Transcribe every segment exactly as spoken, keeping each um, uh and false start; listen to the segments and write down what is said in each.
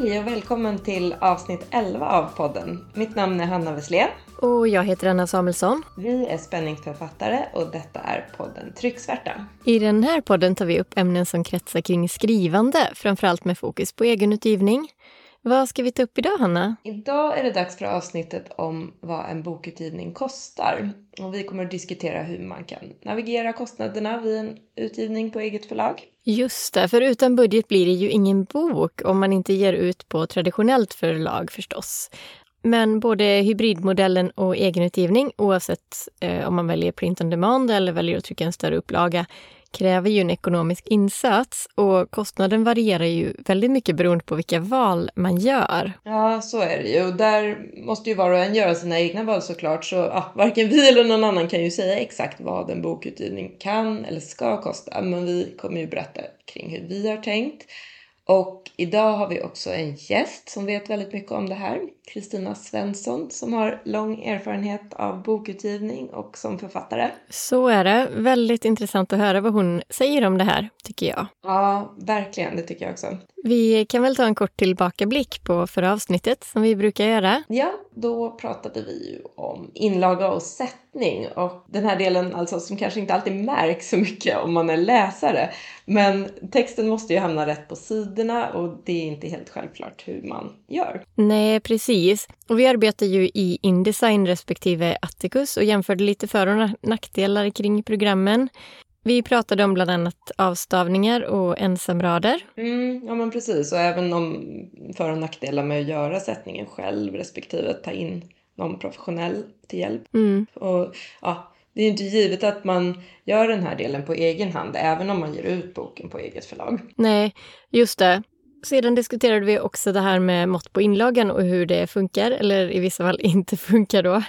Hej och välkommen till avsnitt elva av podden. Mitt namn är Hanna Wesslén. Och jag heter Anna Samuelsson. Vi är spänningsförfattare och detta är podden Trycksvärta. I den här podden tar vi upp ämnen som kretsar kring skrivande, framförallt med fokus på egenutgivning. Vad ska vi ta upp idag, Hanna? Idag är det dags för avsnittet om vad en bokutgivning kostar. Och vi kommer att diskutera hur man kan navigera kostnaderna vid en utgivning på eget förlag. Just det, för utan budget blir det ju ingen bok om man inte ger ut på traditionellt förlag förstås. Men både hybridmodellen och egenutgivning, oavsett eh, om man väljer print on demand eller väljer att trycka en större upplaga, kräver ju en ekonomisk insats och kostnaden varierar ju väldigt mycket beroende på vilka val man gör. Ja, så är det ju. Och där måste ju var och en göra sina egna val såklart. Så ja, varken vi eller någon annan kan ju säga exakt vad en bokutgivning kan eller ska kosta. Men vi kommer ju berätta kring hur vi har tänkt. Och idag har vi också en gäst som vet väldigt mycket om det här. Kristina Svensson som har lång erfarenhet av bokutgivning och som författare. Så är det. Väldigt intressant att höra vad hon säger om det här, tycker jag. Ja, verkligen. Det tycker jag också. Vi kan väl ta en kort tillbakablick på förra avsnittet som vi brukar göra. Ja, då pratade vi ju om inlaga och sättning. Och den här delen alltså som kanske inte alltid märks så mycket om man är läsare. Men texten måste ju hamna rätt på sidorna och det är inte helt självklart hur man gör. Nej, precis. Och vi arbetar ju i InDesign respektive Atticus och jämförde lite för- och nackdelar kring programmen. Vi pratade om bland annat avstavningar och ensamrader. Mm, ja men precis, och även om för- och nackdelar med att göra sättningen själv respektive ta in någon professionell till hjälp. Mm. Och ja, det är ju inte givet att man gör den här delen på egen hand även om man ger ut boken på eget förlag. Nej, just det. Sedan diskuterade vi också det här med mått på inlagan och hur det funkar, eller i vissa fall inte funkar då,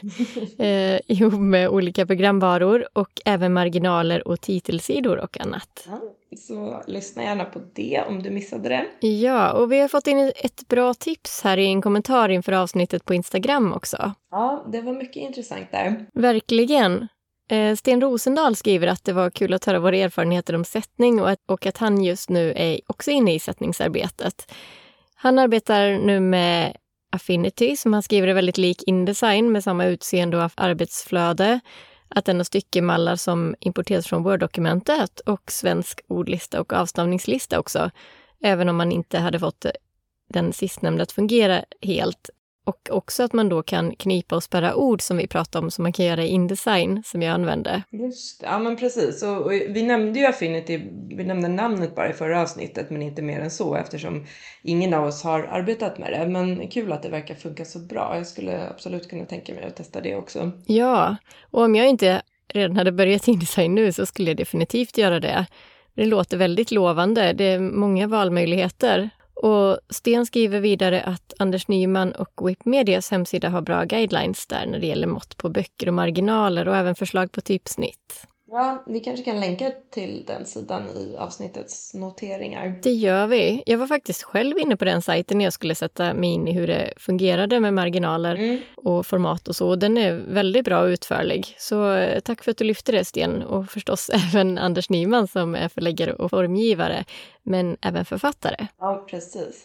eh, ihop med olika programvaror och även marginaler och titelsidor och annat. Ja, så lyssna gärna på det om du missade det. Ja, och vi har fått in ett bra tips här i en kommentar inför avsnittet på Instagram också. Ja, det var mycket intressant där. Verkligen. Sten Rosendahl skriver att det var kul att höra våra erfarenheter om sättning och att, och att han just nu är också inne i sättningsarbetet. Han arbetar nu med Affinity som han skriver är väldigt lik InDesign med samma utseende och arbetsflöde. Att den har styckemallar som importeras från Word-dokumentet och svensk ordlista och avstavningslista också. Även om man inte hade fått den sistnämnda att fungera helt. Och också att man då kan knipa och spärra ord som vi pratade om som man kan göra i InDesign som jag använde. Just, ja men precis. Och, och vi nämnde ju Affinity, vi nämnde namnet bara i förra avsnittet men inte mer än så eftersom ingen av oss har arbetat med det. Men kul att det verkar funka så bra. Jag skulle absolut kunna tänka mig att testa det också. Ja, och om jag inte redan hade börjat InDesign nu så skulle jag definitivt göra det. Det låter väldigt lovande, det är många valmöjligheter. Och Sten skriver vidare att Anders Nyman och Whip Medias hemsida har bra guidelines där när det gäller mått på böcker och marginaler och även förslag på typsnitt. Ja, vi kanske kan länka till den sidan i avsnittets noteringar. Det gör vi. Jag var faktiskt själv inne på den sajten när jag skulle sätta mig in i hur det fungerade med marginaler mm. och format och så. Den är väldigt bra och utförlig. Så tack för att du lyfte det, Sten. Och förstås även Anders Nyman som är förläggare och formgivare, men även författare. Ja, precis.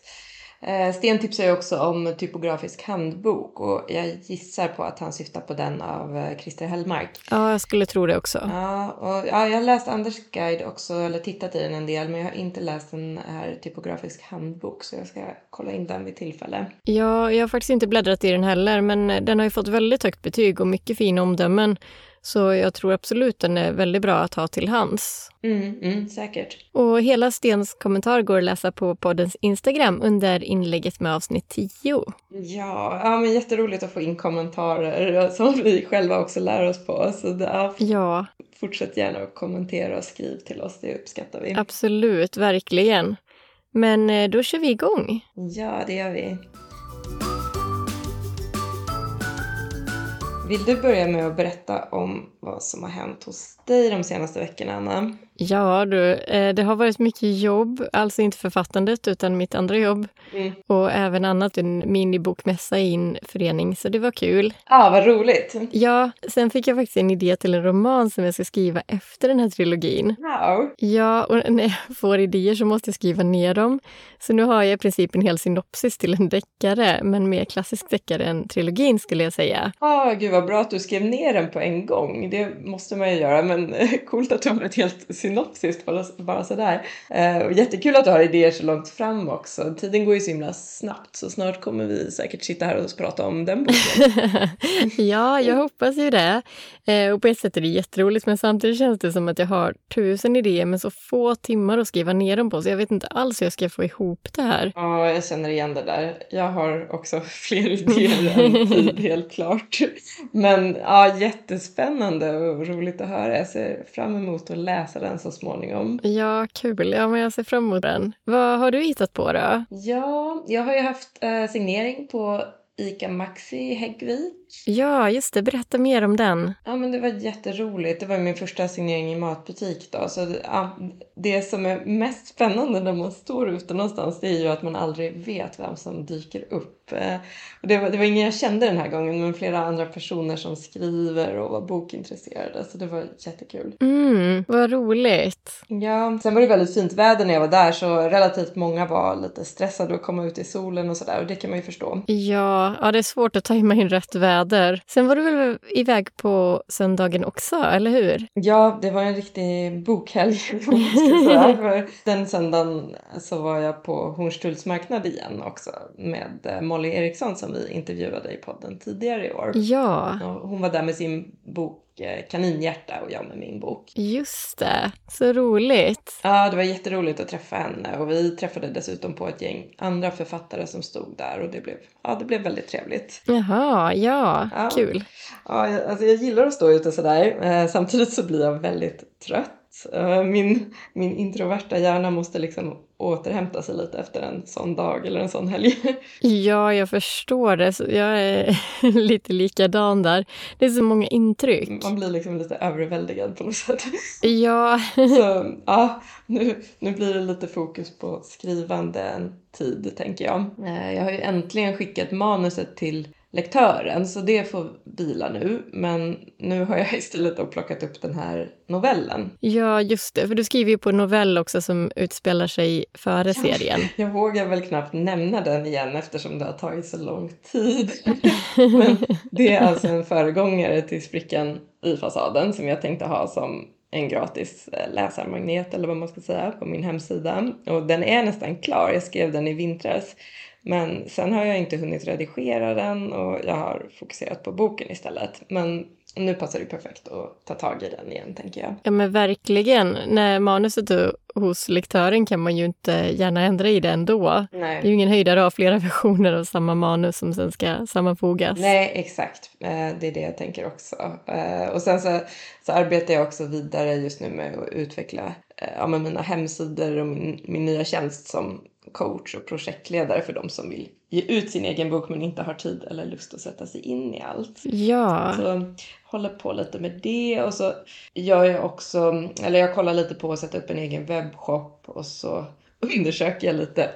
Sten tipsar ju också om typografisk handbok och jag gissar på att han syftar på den av Christer Hellmark. Ja, jag skulle tro det också. Ja, och, ja, jag har läst Anders guide också, eller tittat i den en del, men jag har inte läst den här typografisk handbok så jag ska kolla in den vid tillfälle. Ja, jag har faktiskt inte bläddrat i den heller, men den har ju fått väldigt högt betyg och mycket fina omdömen. Så jag tror absolut den är väldigt bra att ha till hands. Mm, mm, säkert. Och hela Stens kommentar går att läsa på poddens Instagram under inlägget med avsnitt tio. Ja, ja men jätteroligt att få in kommentarer som vi själva också lär oss på. Så det, ja. Fortsätt gärna att kommentera och skriv till oss, det uppskattar vi. Absolut, verkligen. Men då kör vi igång. Ja, det gör vi. Vill du börja med att berätta om vad som har hänt hos dig de senaste veckorna, Anna? Ja du, eh, det har varit mycket jobb, alltså inte författandet utan mitt andra jobb. Mm. Och även annat, en minibokmässa i en förening, så det var kul. Ja, ah, vad roligt. Ja, sen fick jag faktiskt en idé till en roman som jag ska skriva efter den här trilogin. Wow. Ja, och när jag får idéer så måste jag skriva ner dem. Så nu har jag i princip en hel synopsis till en deckare, men mer klassisk deckare än trilogin skulle jag säga. Ja, oh, gud vad bra att du skrev ner den på en gång. Det måste man ju göra, men coolt att du har ett helt synopsis bara, bara sådär. Eh, och jättekul att du har idéer så långt fram också. Tiden går ju så himla snabbt, så snart kommer vi säkert sitta här och prata om den boken. Ja, jag hoppas ju det. Eh, och på ett sätt är det jätteroligt, men samtidigt känns det som att jag har tusen idéer med så få timmar att skriva ner dem på, så jag vet inte alls hur jag ska få ihop det här. Ja, jag känner igen det där. Jag har också fler idéer än tid, helt klart. Men ja, jättespännande och roligt att höra. Jag ser fram emot att läsa den så småningom. Ja, kul. Ja, men jag ser fram emot den. Vad har du hittat på då? Ja, jag har ju haft eh, signering på ICA Maxi Häggvik. Ja, just det. Berätta mer om den. Ja, men det var jätteroligt. Det var min första signering i matbutik då. Så ja, det som är mest spännande när man står ute någonstans, det är ju att man aldrig vet vem som dyker upp. Och det var, det var ingen jag kände den här gången, men flera andra personer som skriver och var bokintresserade. Så det var jättekul. Mm, vad roligt. Ja, sen var det väldigt fint väder när jag var där, så relativt många var lite stressade att komma ut i solen och sådär. Och det kan man ju förstå. Ja, ja, det är svårt att tajma in rätt väder. Sen var du väl iväg på söndagen också, eller hur? Ja, det var en riktig bokhelg. För den söndagen så var jag på Hornstulls marknad igen också med Molly Eriksson som vi intervjuade i podden tidigare i år. Ja. Och hon var där med sin bok Kaninhjärta och jag med min bok. Just det, så roligt. Ja, det var jätteroligt att träffa henne och vi träffade dessutom på ett gäng andra författare som stod där och det blev, ja, det blev väldigt trevligt. Jaha, ja, ja. Kul. Ja, jag, alltså jag gillar att stå ute sådär. Eh, samtidigt så blir jag väldigt trött. Eh, min, min introverta hjärna måste liksom återhämta sig lite efter en sån dag eller en sån helg. Ja, jag förstår det. Så jag är lite likadan där. Det är så många intryck. Man blir liksom lite överväldigad på något sätt. Ja. Så ja, nu, nu blir det lite fokus på skrivande en tid, tänker jag. Jag har ju äntligen skickat manuset till lektören, så det får vila nu. Men nu har jag istället då plockat upp den här novellen. Ja, just det. För du skriver ju på en novell också som utspelar sig före ja, serien. Jag vågar väl knappt nämna den igen eftersom det har tagit så lång tid. Men det är alltså en föregångare till Sprickan i fasaden som jag tänkte ha som en gratis läsarmagnet eller vad man ska säga på min hemsida. Och den är nästan klar. Jag skrev den i vintras. Men sen har jag inte hunnit redigera den och jag har fokuserat på boken istället. Men nu passar det perfekt att ta tag i den igen, tänker jag. Ja, men verkligen. När manuset är hos lektören kan man ju inte gärna ändra i det ändå. Nej. Det är ju ingen höjdare av flera versioner av samma manus som sen ska sammanfogas. Nej, exakt. Det är det jag tänker också. Och sen så, så arbetar jag också vidare just nu med att utveckla ja, med mina hemsidor och min, min nya tjänst som coach och projektledare för de som vill ge ut sin egen bok men inte har tid eller lust att sätta sig in i allt. Ja. Så håller på lite med det och så gör jag också, eller jag kollar lite på att sätta upp en egen webbshop och så undersöker jag lite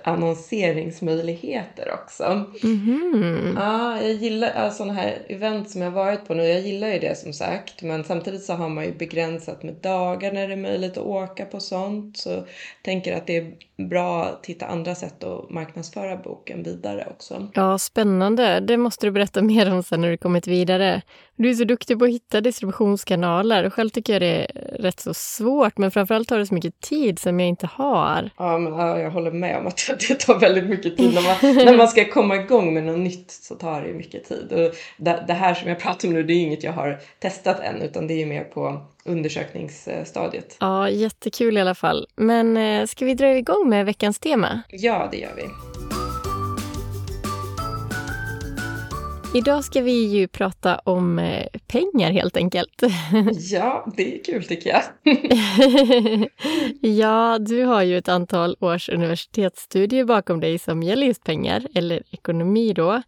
annonseringsmöjligheter också. Mm-hmm. Ja, jag gillar sådana här event som jag varit på nu. Jag gillar ju det som sagt. Men samtidigt så har man ju begränsat med dagar när det är möjligt att åka på sånt. Så jag tänker att det är bra att hitta andra sätt att marknadsföra boken vidare också. Ja, spännande. Det måste du berätta mer om sen när du kommit vidare. Du är så duktig på att hitta distributionskanaler. Själv tycker jag det är rätt så svårt. Men framförallt tar det så mycket tid som jag inte har. Ja, men ja, jag håller med om att det tar väldigt mycket tid. När man, när man ska komma igång med något nytt så tar det mycket tid. Och det, det här som jag pratar om nu, det är inget jag har testat än. Utan det är mer på undersökningsstadiet. Ja, jättekul i alla fall. Men ska vi dra igång med veckans tema? Ja, det gör vi. Idag ska vi ju prata om eh, pengar helt enkelt. Ja, det är kul tycker jag. Ja, du har ju ett antal års universitetsstudier bakom dig som gäller just pengar, eller ekonomi då.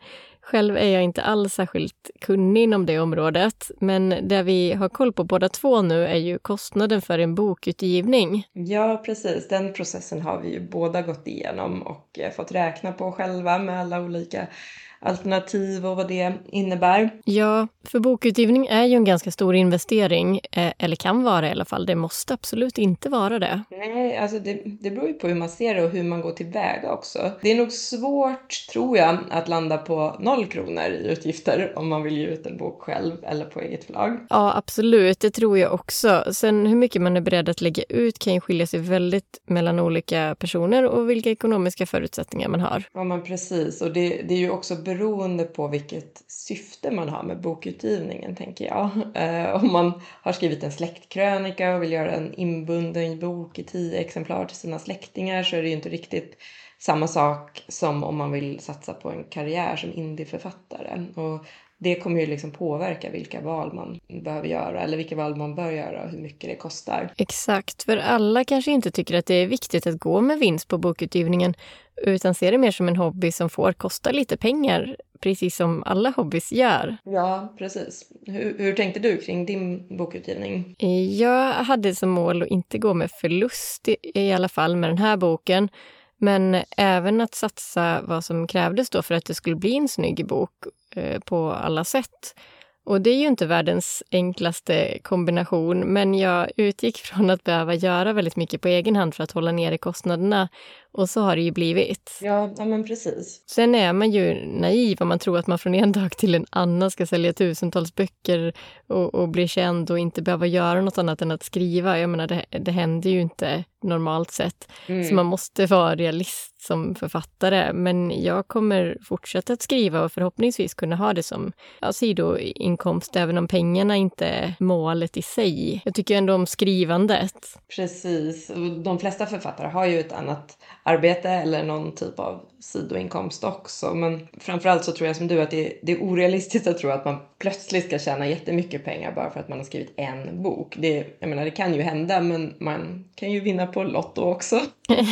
Själv är jag inte alls särskilt kunnig inom det området, men det vi har koll på båda två nu är ju kostnaden för en bokutgivning. Ja, precis. Den processen har vi ju båda gått igenom och eh, fått räkna på själva med alla olika alternativ och vad det innebär. Ja, för bokutgivning är ju en ganska stor investering, eh, eller kan vara i alla fall. Det måste absolut inte vara det. Nej, alltså det, det beror ju på hur man ser det och hur man går tillväga också. Det är nog svårt, tror jag, att landa på noll kronor i utgifter om man vill ge ut en bok själv eller på eget förlag. Ja, absolut. Det tror jag också. Sen hur mycket man är beredd att lägga ut kan ju skilja sig väldigt mellan olika personer och vilka ekonomiska förutsättningar man har. Ja, men precis. Och det, det är ju också beroende på vilket syfte man har med bokutgivningen, tänker jag. Eh, om man har skrivit en släktkrönika och vill göra en inbunden bok i tio exemplar till sina släktingar, så är det ju inte riktigt samma sak som om man vill satsa på en karriär som indieförfattare. Och det kommer ju liksom påverka vilka val man behöver göra eller vilka val man bör göra och hur mycket det kostar. Exakt, för alla kanske inte tycker att det är viktigt att gå med vinst på bokutgivningen, utan ser det mer som en hobby som får kosta lite pengar, precis som alla hobbys gör. Ja, precis. Hur, hur tänkte du kring din bokutgivning? Jag hade som mål att inte gå med förlust i, i alla fall med den här boken, men även att satsa vad som krävdes då för att det skulle bli en snygg bok eh, på alla sätt. Och det är ju inte världens enklaste kombination, men jag utgick från att behöva göra väldigt mycket på egen hand för att hålla nere kostnaderna. Och så har det ju blivit. Ja, ja men precis. Sen är man ju naiv om man tror att man från en dag till en annan ska sälja tusentals böcker och, och bli känd och inte behöva göra något annat än att skriva. Jag menar, det, det händer ju inte normalt sett. Mm. Så man måste vara realist som författare. Men jag kommer fortsätta att skriva och förhoppningsvis kunna ha det som ja, sidoinkomst, även om pengarna inte är målet i sig. Jag tycker ändå om skrivandet. Precis. De flesta författare har ju ett annat arbete eller någon typ av sidoinkomst också. Men framförallt så tror jag som du att det är, det är orealistiskt att tro att man plötsligt ska tjäna jättemycket pengar bara för att man har skrivit en bok. Det, jag menar, det kan ju hända, men man kan ju vinna på Lotto också.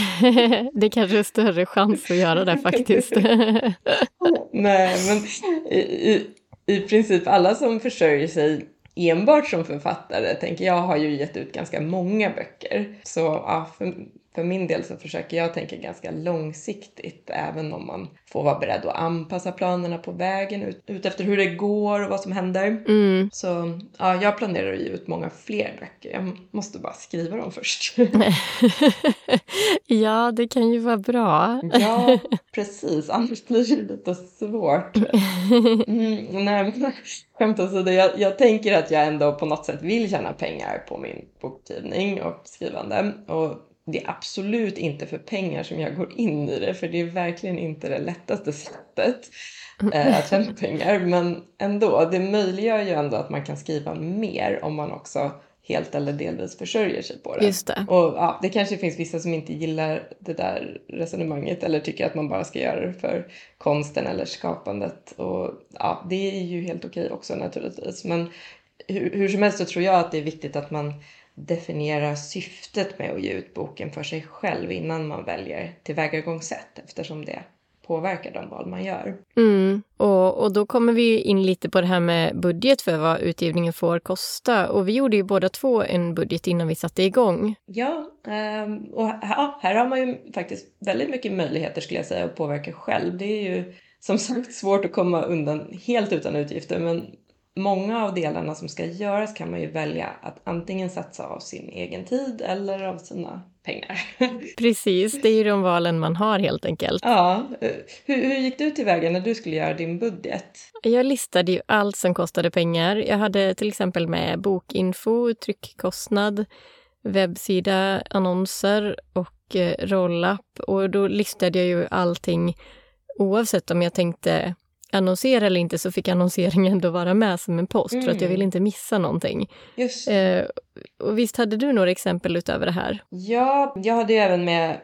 Det kanske är större chans att göra det faktiskt. Nej, men i, i, i princip alla som försörjer sig enbart som författare, tänker jag, har ju gett ut ganska många böcker. Så ja, för, för min del så försöker jag tänka ganska långsiktigt, även om man får vara beredd att anpassa planerna på vägen ut, ut efter hur det går och vad som händer. Mm. Så ja, jag planerar att ge ut många fler böcker. Jag måste bara skriva dem först. Ja, det kan ju vara bra. Ja, precis. Annars blir det lite svårt. Mm, nej, men skämt åsido, jag, jag tänker att jag ändå på något sätt vill tjäna pengar på min bokutgivning och skrivande. Och det är absolut inte för pengar som jag går in i det, för det är verkligen inte det lättaste sättet eh, att tjäna pengar. Men ändå, det möjliggör ju ändå att man kan skriva mer om man också helt eller delvis försörjer sig på det. Just det. Och ja, det kanske finns vissa som inte gillar det där resonemanget eller tycker att man bara ska göra det för konsten eller skapandet. Och ja, det är ju helt okej också naturligtvis. Men hur, hur som helst så tror jag att det är viktigt att man definiera syftet med att ge ut boken för sig själv innan man väljer tillvägagångssätt, eftersom det påverkar de val man gör. Mm. Och, och då kommer vi in lite på det här med budget för vad utgivningen får kosta. Och vi gjorde ju båda två en budget innan vi satte igång. Ja, och ja, här har man ju faktiskt väldigt mycket möjligheter, skulle jag säga, att påverka själv. Det är ju som sagt svårt att komma undan helt utan utgifter, men många av delarna som ska göras kan man ju välja att antingen satsa av sin egen tid eller av sina pengar. Precis, det är ju de valen man har helt enkelt. Ja, hur, hur gick du tillväga när du skulle göra din budget? Jag listade ju allt som kostade pengar. Jag hade till exempel med bokinfo, tryckkostnad, webbsida, annonser och eh, roll-up. Och då listade jag ju allting oavsett om jag tänkte annonsera eller inte, så fick annonseringen ändå vara med som en post mm. för att jag ville inte missa någonting. Just. Eh, och visst hade du några exempel utöver det här? Ja, jag hade ju även med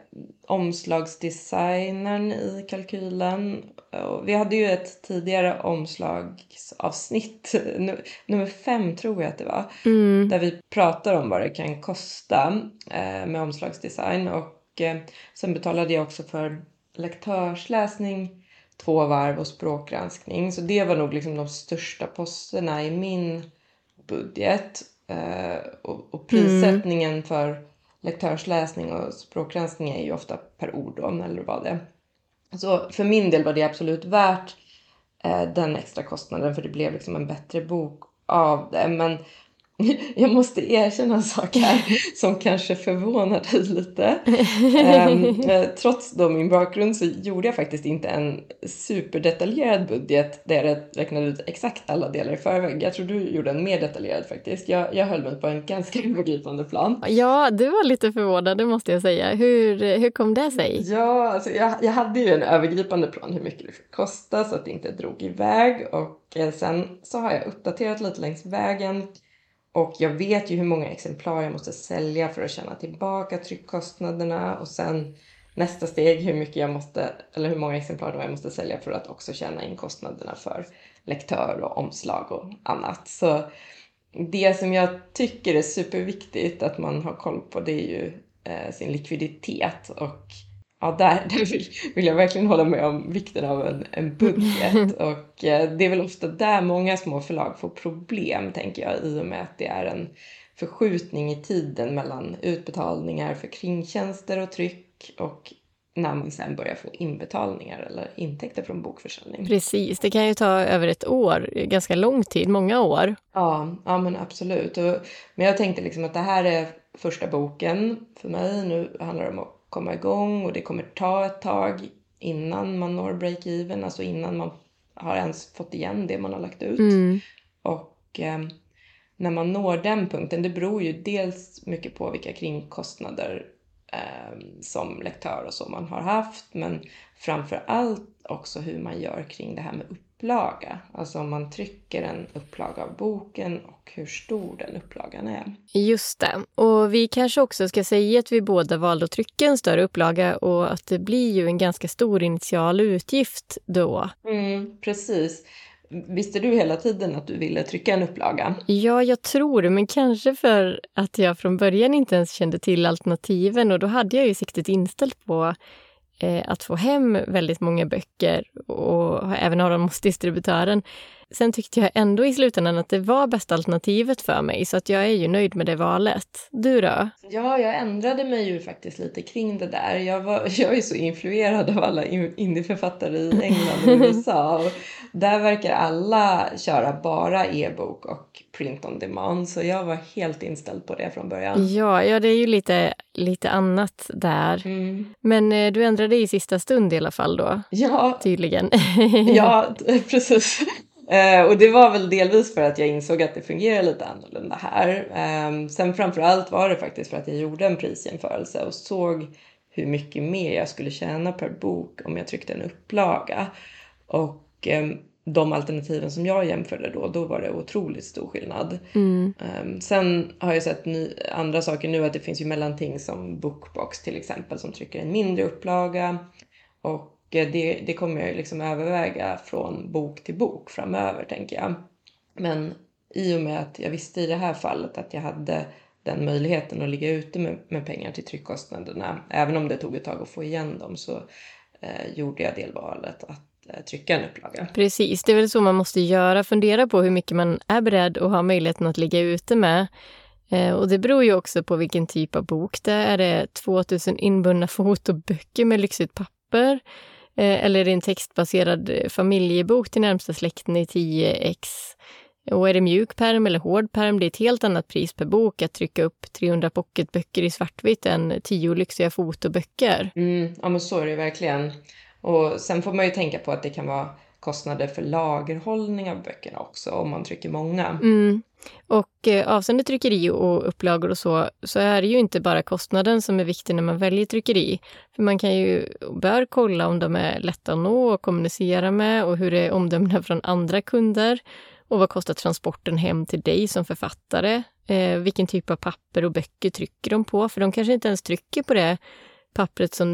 omslagsdesignern i kalkylen. Vi hade ju ett tidigare omslagsavsnitt, nummer fem tror jag att det var, mm. där vi pratar om vad det kan kosta eh, med omslagsdesign. Och eh, sen betalade jag också för lektörsläsning två varv och språkgranskning. Så det var nog liksom de största posterna i min budget. Eh, och, och prissättningen mm. för lektörsläsning och språkgranskning är ju ofta per ord då, eller vad det är. Så för min del var det absolut värt eh, den extra kostnaden, för det blev liksom en bättre bok av det. Men jag måste erkänna en sak här som kanske förvånar dig lite. um, trots då min bakgrund så gjorde jag faktiskt inte en superdetaljerad budget där jag räknade ut exakt alla delar i förväg. Jag tror du gjorde en mer detaljerad faktiskt. Jag, jag höll mig på en ganska övergripande plan. Ja, du var lite förvånad, det måste jag säga. Hur, hur kom det sig? Ja, alltså jag, jag hade ju en övergripande plan hur mycket det fick kosta så att det inte drog iväg. Och eh, sen så har jag uppdaterat lite längs vägen. Och jag vet ju hur många exemplar jag måste sälja för att tjäna tillbaka tryckkostnaderna. Och sen nästa steg hur mycket jag måste, eller hur många exemplar då jag måste sälja för att också tjäna in kostnaderna för lektör och omslag och annat. Så det som jag tycker är superviktigt att man har koll på, det är ju eh, sin likviditet. Och ja, där, där vill, vill jag verkligen hålla med om vikten av en, en budget. Och eh, det är väl ofta där många små förlag får problem, tänker jag, i och med att det är en förskjutning i tiden mellan utbetalningar för kringtjänster och tryck och när man sen börjar få inbetalningar eller intäkter från bokförsäljning. Precis, det kan ju ta över ett år, ganska lång tid, många år. Ja, ja men absolut. Och, men jag tänkte liksom att det här är första boken för mig. Nu handlar det om att komma igång och det kommer ta ett tag innan man når break-even, alltså innan man har ens fått igen det man har lagt ut. Mm. Och eh, när man når den punkten, det beror ju dels mycket på vilka kringkostnader eh, som lektör och så man har haft, men framför allt också hur man gör kring det här med upplaga. Alltså om man trycker en upplaga av boken och hur stor den upplagan är. Just det. Och vi kanske också ska säga att vi båda valde att trycka en större upplaga och att det blir ju en ganska stor initial utgift då. Mm, precis. Visste du hela tiden att du ville trycka en upplaga? Ja, jag tror det, men kanske för att jag från början inte ens kände till alternativen, och då hade jag ju siktet inställt på eh, att få hem väldigt många böcker och även ha dem hos distributören. Sen tyckte jag ändå i slutändan att det var bästa alternativet för mig, så att jag är ju nöjd med det valet. Du då? Ja, jag ändrade mig ju faktiskt lite kring det där. Jag, var, jag är så influerad av alla indieförfattare i England och U S A. Och där verkar alla köra bara e-bok och print on demand, så jag var helt inställd på det från början. Ja, ja det är ju lite, lite annat där. Mm. Men eh, du ändrade i sista stund i alla fall då? Ja, tydligen. Ja, precis. Uh, och det var väl delvis för att jag insåg att det fungerar lite annorlunda här. Um, sen framförallt var det faktiskt för att jag gjorde en prisjämförelse och såg hur mycket mer jag skulle tjäna per bok om jag tryckte en upplaga. Och um, de alternativen som jag jämförde då, då var det otroligt stor skillnad. Mm. Um, sen har jag sett ny, andra saker nu, att det finns ju mellanting som Bookbox till exempel som trycker en mindre upplaga. Och Det, det kommer jag liksom överväga från bok till bok framöver, tänker jag. Men i och med att jag visste i det här fallet att jag hade den möjligheten att ligga ute med, med pengar till tryckkostnaderna, även om det tog ett tag att få igen dem, så eh, gjorde jag delvalet att eh, trycka en upplaga. Precis, det är väl så man måste göra. Fundera på hur mycket man är beredd att ha möjligheten att ligga ute med. Eh, och det beror ju också på vilken typ av bok det är. Är det tvåtusen inbundna fotoböcker med lyxigt papper? Eller är det en textbaserad familjebok till närmsta släkten i tio ex? Och är det mjuk perm eller hård perm? Det är ett helt annat pris per bok att trycka upp trehundra pocketböcker i svartvitt än tio lyxiga fotoböcker. Mm, ja, men så är det verkligen. Och sen får man ju tänka på att det kan vara kostnader för lagerhållning av böckerna också om man trycker många. Mm. Och eh, avseende tryckeri och upplagor och så, så är det ju inte bara kostnaden som är viktig när man väljer tryckeri. För man kan ju, bör kolla om de är lätta att nå och kommunicera med och hur det är omdömda från andra kunder. Och vad kostar transporten hem till dig som författare? Eh, vilken typ av papper och böcker trycker de på? För de kanske inte ens trycker på det pappret som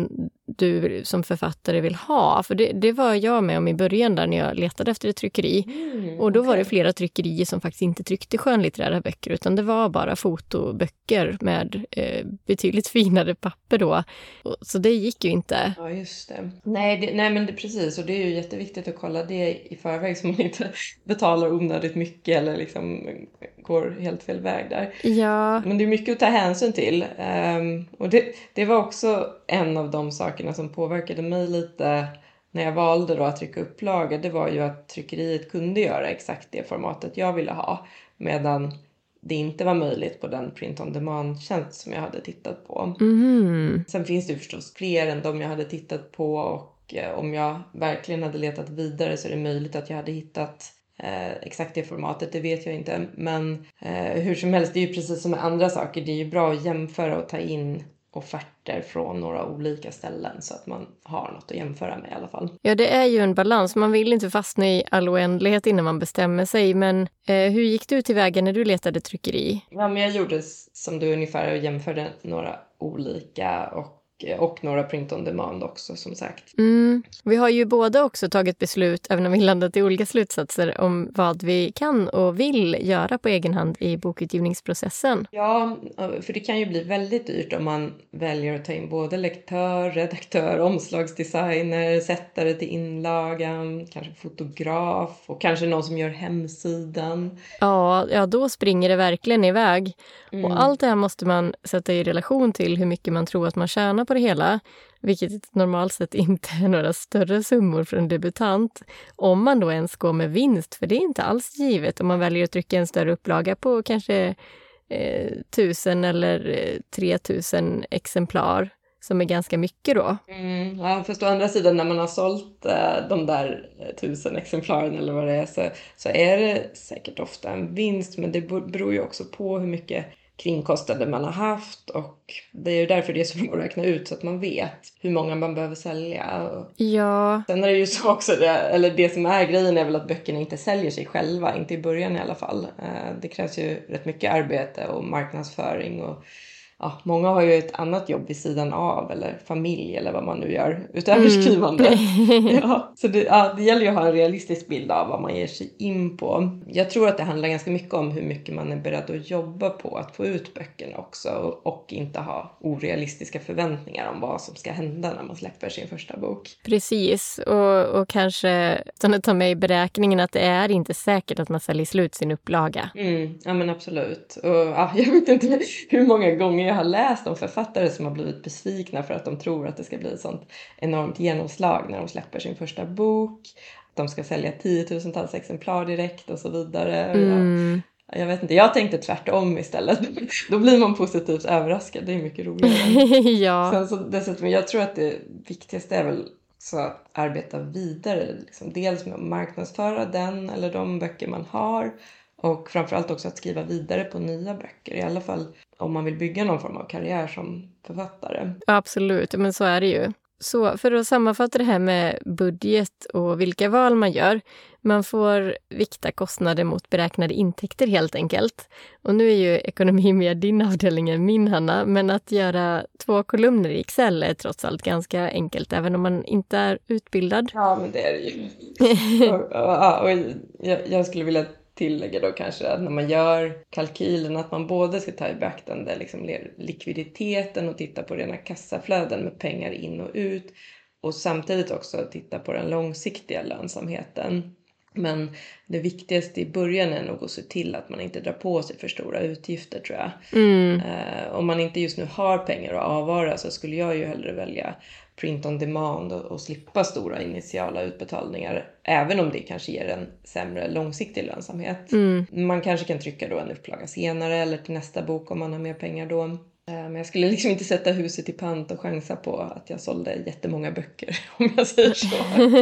du som författare vill ha. För det, det var jag med om i början där när jag letade efter ett tryckeri. Mm, och då okay. var det flera tryckerier som faktiskt inte tryckte skönlitterära böcker, utan det var bara fotoböcker med eh, betydligt finare papper då. Och, så det gick ju inte. Ja, just det. Nej, det, nej men det, precis. Och det är ju jätteviktigt att kolla det i förväg så man inte betalar onödigt mycket eller liksom går helt fel väg där. Ja. Men det är mycket att ta hänsyn till. Um, och det, det var också en av de sakerna som påverkade mig lite när jag valde då att trycka upplaga. Det var ju att tryckeriet kunde göra exakt det formatet jag ville ha. Medan det inte var möjligt på den print-on-demand-tjänst som jag hade tittat på. Mm. Sen finns det ju förstås fler än de jag hade tittat på. Och eh, om jag verkligen hade letat vidare så är det möjligt att jag hade hittat Eh, exakt det formatet, det vet jag inte. Men eh, hur som helst, det är ju precis som med andra saker. Det är ju bra att jämföra och ta in offerter från några olika ställen så att man har något att jämföra med i alla fall. Ja, det är ju en balans. Man vill inte fastna i all oändlighet innan man bestämmer sig. Men eh, hur gick du tillväga när du letade tryckeri? Ja, men jag gjorde som du ungefär och jämförde några olika och Och några print-on-demand också, som sagt. Mm. Vi har ju båda också tagit beslut, även om vi landat i olika slutsatser, om vad vi kan och vill göra på egen hand i bokutgivningsprocessen. Ja, för det kan ju bli väldigt dyrt om man väljer att ta in både lektör, redaktör, omslagsdesigner, sättare till inlagan, kanske fotograf och kanske någon som gör hemsidan. Ja, ja då springer det verkligen iväg. Mm. Och allt det här måste man sätta i relation till hur mycket man tror att man tjänar på det hela, vilket normalt sett inte är några större summor för en debutant, om man då ens går med vinst, för det är inte alls givet om man väljer att trycka en större upplaga på kanske eh, tusen eller eh, tre tusen exemplar, som är ganska mycket då. Mm, ja, fast å andra sidan när man har sålt eh, de där tusen exemplaren eller vad det är så, så är det säkert ofta en vinst, men det beror ju också på hur mycket kringkostnader man har haft, och det är ju därför det är så svårt att räkna ut så att man vet hur många man behöver sälja. Ja. Sen är det ju så också, det, eller det som är grejen är väl att böckerna inte säljer sig själva, inte i början i alla fall. Det krävs ju rätt mycket arbete och marknadsföring och ja, många har ju ett annat jobb vid sidan av, eller familj eller vad man nu gör utöver mm. skrivande. Ja, så det, ja, det gäller ju att ha en realistisk bild av vad man ger sig in på. Jag tror att det handlar ganska mycket om hur mycket man är beredd att jobba på att få ut böckerna också, och, och inte ha orealistiska förväntningar om vad som ska hända när man släpper sin första bok. Precis, och, och kanske ta med i beräkningen att det är inte säkert att man säljer slut sin upplaga. Mm, ja men absolut. Och, ja, jag vet inte hur många gånger jag har läst om författare som har blivit besvikna för att de tror att det ska bli ett sånt enormt genomslag när de släpper sin första bok. Att de ska sälja tiotusentals exemplar direkt och så vidare. Mm. Ja, jag vet inte, jag tänkte tvärtom istället. Då blir man positivt överraskad, det är mycket roligare. Ja. Sen så, dessutom, jag tror att det viktigaste är väl att arbeta vidare. Liksom, dels med att marknadsföra den eller de böcker man har. Och framförallt också att skriva vidare på nya böcker. I alla fall om man vill bygga någon form av karriär som författare. Absolut, men så är det ju. Så för att sammanfatta det här med budget och vilka val man gör. Man får vikta kostnader mot beräknade intäkter helt enkelt. Och nu är ju ekonomi mer din avdelning än min, Hanna. Men att göra två kolumner i Excel är trots allt ganska enkelt, även om man inte är utbildad. Ja, men det är det ju. och, och, och jag, jag skulle vilja tillägga då kanske att när man gör kalkylen att man både ska ta i beaktande liksom likviditeten och titta på rena kassaflöden med pengar in och ut, och samtidigt också titta på den långsiktiga lönsamheten. Men det viktigaste i början är nog att se till att man inte drar på sig för stora utgifter, tror jag. Mm. Eh, om man inte just nu har pengar att avvara så skulle jag ju hellre välja print on demand och, och slippa stora initiala utbetalningar, även om det kanske ger en sämre långsiktig lönsamhet. Mm. Man kanske kan trycka då en upplaga senare eller till nästa bok om man har mer pengar då. Men jag skulle liksom inte sätta huset i pant och chansa på att jag sålde jättemånga böcker, om jag säger så.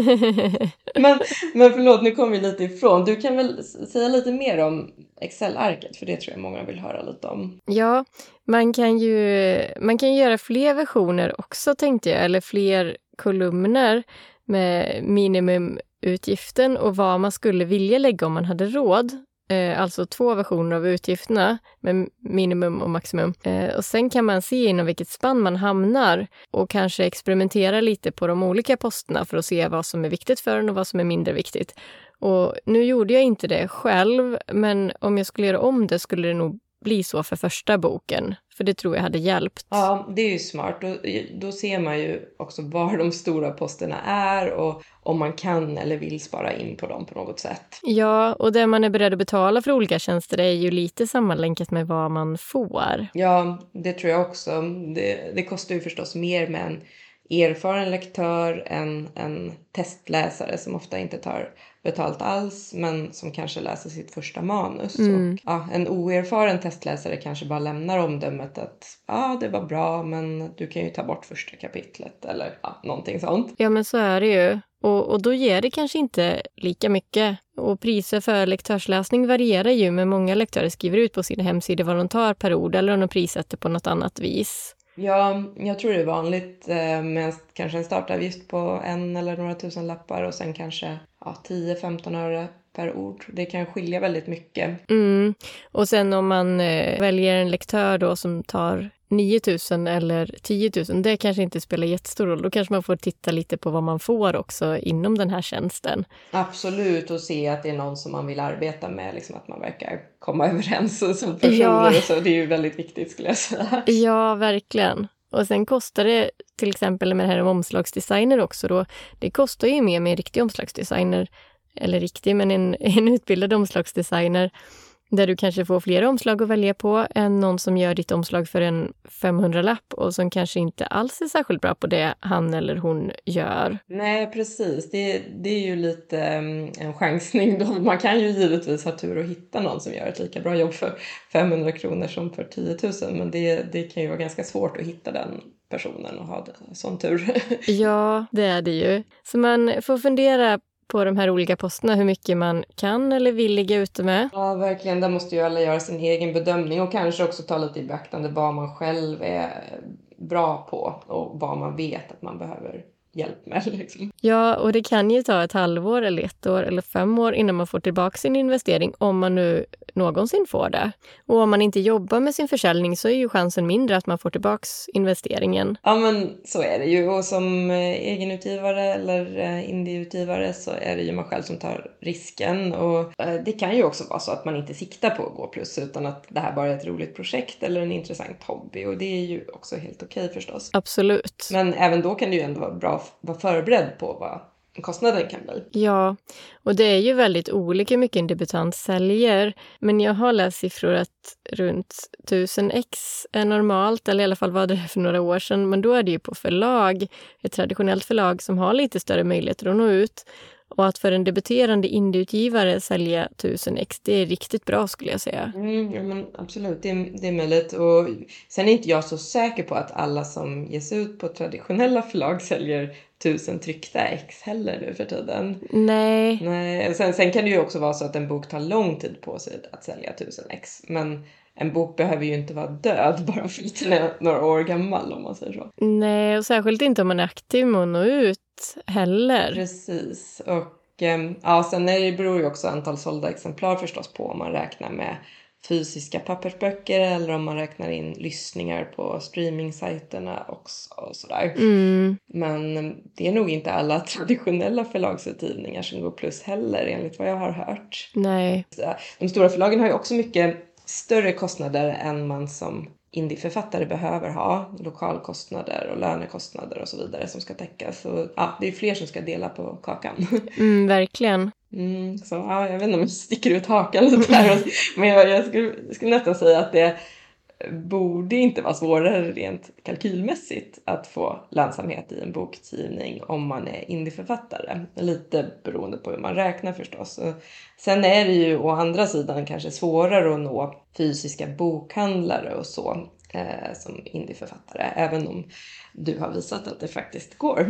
men, men förlåt, nu kom vi lite ifrån. Du kan väl säga lite mer om Excel-arket, för det tror jag många vill höra lite om. Ja, man kan ju man kan göra fler versioner också, tänkte jag, eller fler kolumner med minimumutgiften och vad man skulle vilja lägga om man hade råd. Eh, alltså två versioner av utgifterna med minimum och maximum. Eh, och sen kan man se inom vilket spann man hamnar och kanske experimentera lite på de olika posterna för att se vad som är viktigt för en och vad som är mindre viktigt. Och nu gjorde jag inte det själv, men om jag skulle göra om det skulle det nog bli så för första boken. För det tror jag hade hjälpt. Ja, det är ju smart. Då, då ser man ju också var de stora posterna är och om man kan eller vill spara in på dem på något sätt. Ja, och det man är beredd att betala för olika tjänster är ju lite sammanlänkat med vad man får. Ja, det tror jag också. Det, det kostar ju förstås mer med en erfaren lektör än en testläsare som ofta inte tar betalt alls men som kanske läser sitt första manus. Mm. Och, ja, en oerfaren testläsare kanske bara lämnar omdömet att ja, det var bra men du kan ju ta bort första kapitlet eller ja, någonting sånt. Ja, men så är det ju. Och, och då ger det kanske inte lika mycket. Och priser för lektörsläsning varierar ju, men många lektörer skriver ut på sina hemsidor vad de tar per ord eller om de prissätter på något annat vis. Ja, jag tror det är vanligt med kanske en startavgift på en eller några tusen lappar och sen kanske ja, tio femton öre per ord. Det kan skilja väldigt mycket. Mm. Och sen om man eh, väljer en lektör då som tar nio tusen eller tio tusen, det kanske inte spelar jättestor roll. Då kanske man får titta lite på vad man får också inom den här tjänsten. Absolut, och se att det är någon som man vill arbeta med, liksom att man verkar komma överens som personer. Ja. Så det är ju väldigt viktigt skulle jag säga. Ja, verkligen. Och sen kostar det till exempel med det här med omslagsdesigner också då. Det kostar ju mer med en riktig omslagsdesigner, eller riktig men en, en utbildad omslagsdesigner. Där du kanske får flera omslag att välja på än någon som gör ditt omslag för en femhundra-lapp och som kanske inte alls är särskilt bra på det han eller hon gör. Nej, precis. Det, det är ju lite en chansning då. Man kan ju givetvis ha tur att hitta någon som gör ett lika bra jobb för femhundra kronor som för tio tusen. Men det, det kan ju vara ganska svårt att hitta den personen och ha sån tur. Ja, det är det ju. Så man får fundera på de här olika posterna, hur mycket man kan eller vill ligga ute med. Ja, verkligen. Där måste ju alla göra sin egen bedömning och kanske också ta lite i beaktande vad man själv är bra på och vad man vet att man behöver hjälp med. Liksom. Ja, och det kan ju ta ett halvår eller ett år eller fem år innan man får tillbaka sin investering om man nu någonsin får det. Och om man inte jobbar med sin försäljning så är ju chansen mindre att man får tillbaka investeringen. Ja, men så är det ju. Och som egenutgivare eller indieutgivare så är det ju man själv som tar risken. Och det kan ju också vara så att man inte siktar på att gå plus utan att det här bara är ett roligt projekt eller en intressant hobby. Och det är ju också helt okej förstås. Absolut. Men även då kan det ju ändå vara bra att vara förberedd på vad kostnaden kan bli. Ja, och det är ju väldigt olika hur mycket en debutant säljer. Men jag har läst siffror att runt tusen ex är normalt, eller i alla fall var det för några år sedan. Men då är det ju på förlag, ett traditionellt förlag som har lite större möjligheter att nå ut. Och att för en debuterande indieutgivare sälja tusen ex, det är riktigt bra skulle jag säga. Mm, ja, men absolut, det är, det är möjligt. Och sen är inte jag så säker på att alla som ges ut på traditionella förlag säljer tusen tryckta ex heller nu för tiden. Nej. Nej. Sen, sen kan det ju också vara så att en bok tar lång tid på sig att sälja tusen ex. Men en bok behöver ju inte vara död bara för att den är några år gammal om man säger så. Nej, och särskilt inte om man är aktiv med att nå ut heller. Precis. Och ja, sen är det, beror ju också antal sålda exemplar förstås på om man räknar med fysiska pappersböcker eller om man räknar in lyssningar på streamingsajterna också och sådär. Mm. Men det är nog inte alla traditionella förlagsutgivningar som går plus heller enligt vad jag har hört. Nej. De stora förlagen har ju också mycket större kostnader än man som indieförfattare behöver ha. Lokalkostnader och lönekostnader och så vidare som ska täckas. Så, ja, det är fler som ska dela på kakan. Mm, verkligen. Mm, så ja, jag vet inte om jag sticker ut hakan lite här. Men jag, jag, skulle, jag skulle nästan säga att det borde inte vara svårare rent kalkylmässigt att få lönsamhet i en bokutgivning om man är indieförfattare. Lite beroende på hur man räknar förstås. Och sen är det ju å andra sidan kanske svårare att nå fysiska bokhandlare och så eh, som indieförfattare. Även om du har visat att det faktiskt går.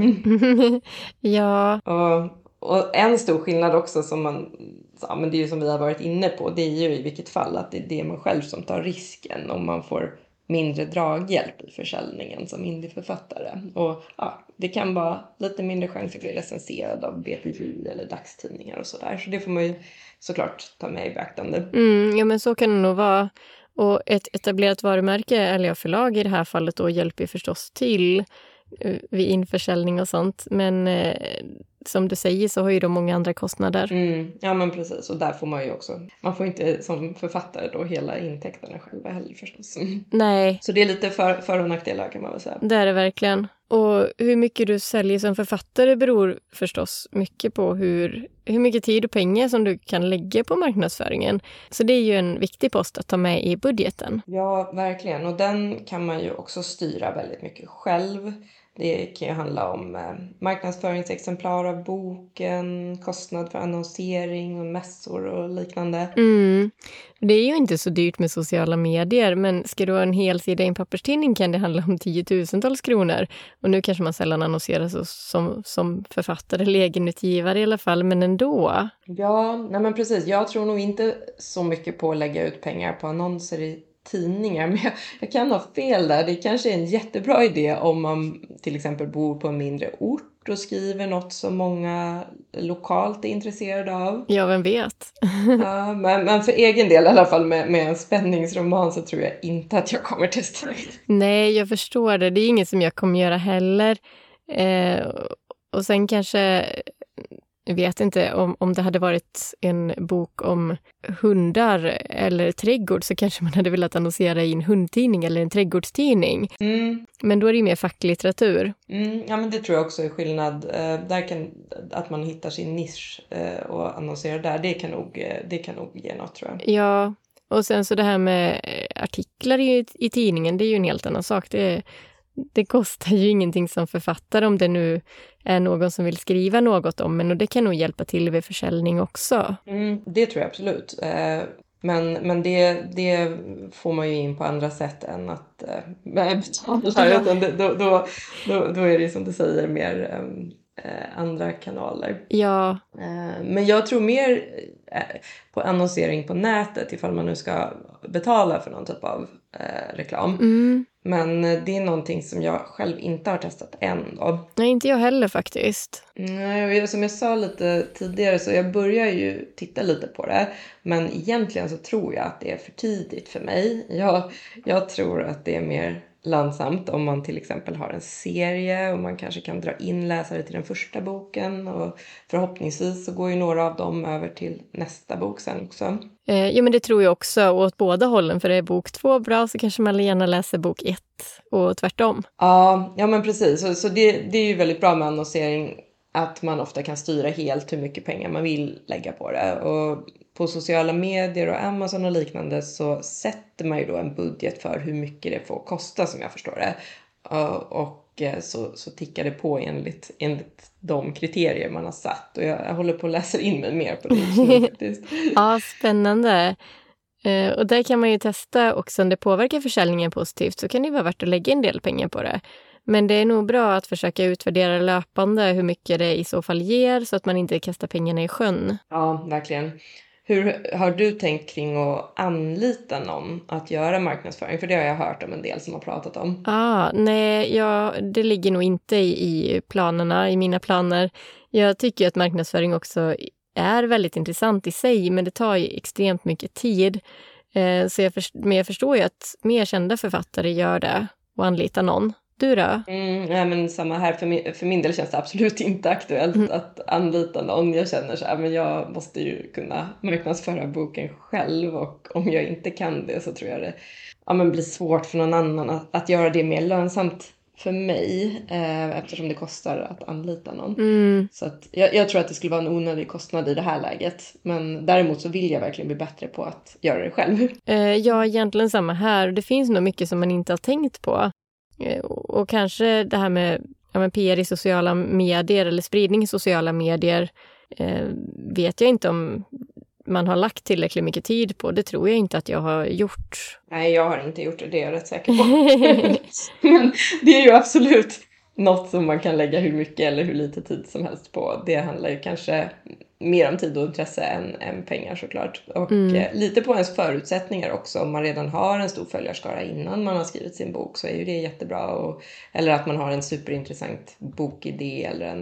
Ja. Och Och en stor skillnad också som man, ja, men det är ju som vi har varit inne på, det är ju i vilket fall att det är det man själv som tar risken om man får mindre draghjälp i försäljningen som indieförfattare. Och ja, det kan vara lite mindre chans att bli recenserad av B T J eller dagstidningar och sådär. Så det får man ju såklart ta med i beaktande. Mm, ja, men så kan det nog vara. Och ett etablerat varumärke, eller ja, förlag i det här fallet, då hjälper förstås till vid införsäljning och sånt. Men eh, som du säger så har ju de många andra kostnader. Mm, ja men precis, och där får man ju också, man får inte som författare då hela intäkterna själva heller förstås. Nej. Så det är lite för, för- och nackdelar kan man väl säga. Det är det verkligen. Och hur mycket du säljer som författare beror förstås mycket på hur, hur mycket tid och pengar som du kan lägga på marknadsföringen. Så det är ju en viktig post att ta med i budgeten. Ja, verkligen. Och den kan man ju också styra väldigt mycket själv. Det kan ju handla om eh, marknadsföringsexemplar av boken, kostnad för annonsering och mässor och liknande. Mm. Det är ju inte så dyrt med sociala medier, men ska du ha en hel sida i en papperstidning kan det handla om tiotusentals kronor. Och nu kanske man sällan annonserar så, som, som författare eller egenutgivare i alla fall, men ändå. Ja, nej men precis. Jag tror nog inte så mycket på att lägga ut pengar på annonser i tidningar, men jag, jag kan ha fel där. Det kanske är en jättebra idé om man till exempel bor på en mindre ort och skriver något som många lokalt är intresserade av. Ja, vem vet? Ja, men, men för egen del i alla fall med, med en spänningsroman så tror jag inte att jag kommer testa det. Nej, jag förstår det. Det är inget som jag kommer göra heller. Eh, och sen kanske, jag vet inte, om, om det hade varit en bok om hundar eller trädgård så kanske man hade velat annonsera i en hundtidning eller en trädgårdstidning. Mm. Men då är det ju mer facklitteratur. Mm, ja, men det tror jag också är skillnad. Eh, där kan, att man hittar sin nisch eh, och annonserar där, det kan, nog, eh, det kan nog ge något tror jag. Ja, och sen så det här med artiklar i, i tidningen, det är ju en helt annan sak. Det, det kostar ju ingenting som författare om det nu är någon som vill skriva något om, men och det kan nog hjälpa till vid försäljning också. Mm, det tror jag absolut. Eh, men men det, det får man ju in på andra sätt än att eh, betala. Utan det, då, då, då, då är det som du säger mer eh, andra kanaler. Ja. Eh, men jag tror mer eh, på annonsering på nätet ifall man nu ska betala för någon typ av eh, reklam. Mm. Men det är någonting som jag själv inte har testat än då. Nej, inte jag heller faktiskt. Nej, som jag sa lite tidigare så jag börjar ju titta lite på det. Men egentligen så tror jag att det är för tidigt för mig. Jag, jag tror att det är mer lönsamt om man till exempel har en serie och man kanske kan dra in läsare till den första boken. Och förhoppningsvis så går ju några av dem över till nästa bok sen också. Eh, ja, men det tror jag också åt båda hållen. För är bok två bra så kanske man gärna läser bok ett och tvärtom. Ja, ja men precis. Så, så det, det är ju väldigt bra med annonsering att man ofta kan styra helt hur mycket pengar man vill lägga på det. Och på sociala medier och Amazon och liknande så sätter man ju då en budget för hur mycket det får kosta som jag förstår det. Och så, så tickar det på enligt, enligt de kriterier man har satt. Och jag, jag håller på att läsa in mig mer på det faktiskt. Ja, spännande. Eh, och där kan man ju testa också om det påverkar försäljningen positivt så kan det vara värt att lägga en del pengar på det. Men det är nog bra att försöka utvärdera löpande hur mycket det i så fall ger så att man inte kastar pengarna i sjön. Ja, verkligen. Hur har du tänkt kring att anlita någon att göra marknadsföring? För det har jag hört om en del som har pratat om. Ah, nej, ja, det ligger nog inte i, i planerna, i mina planer. Jag tycker att marknadsföring också är väldigt intressant i sig, men det tar ju extremt mycket tid. Eh, så jag, först- men jag förstår ju att mer kända författare gör det och anlitar någon. Du då? Mm, nej, men samma här. För min, för min del känns det absolut inte aktuellt mm. att anlita någon. Jag känner så här, men jag måste ju kunna marknadsföra boken själv. Och om jag inte kan det så tror jag det ja, men blir svårt för någon annan att, att göra det mer lönsamt för mig. Eh, eftersom det kostar att anlita någon. Mm. Så att jag, jag tror att det skulle vara en onödig kostnad i det här läget. Men däremot så vill jag verkligen bli bättre på att göra det själv. Eh, ja, egentligen samma här. Det finns nog mycket som man inte har tänkt på. Och kanske det här med, ja, med P R i sociala medier eller spridning i sociala medier eh, vet jag inte om man har lagt tillräckligt mycket tid på. Det tror jag inte att jag har gjort. Nej, jag har inte gjort det, det är jag rätt säker på. Men det är ju absolut något som man kan lägga hur mycket eller hur lite tid som helst på. Det handlar ju kanske mer om tid och intresse än, än pengar såklart. Och Mm. eh, lite på ens förutsättningar också. Om man redan har en stor följarskara innan man har skrivit sin bok så är ju det jättebra. Och, eller att man har en superintressant bokidé eller en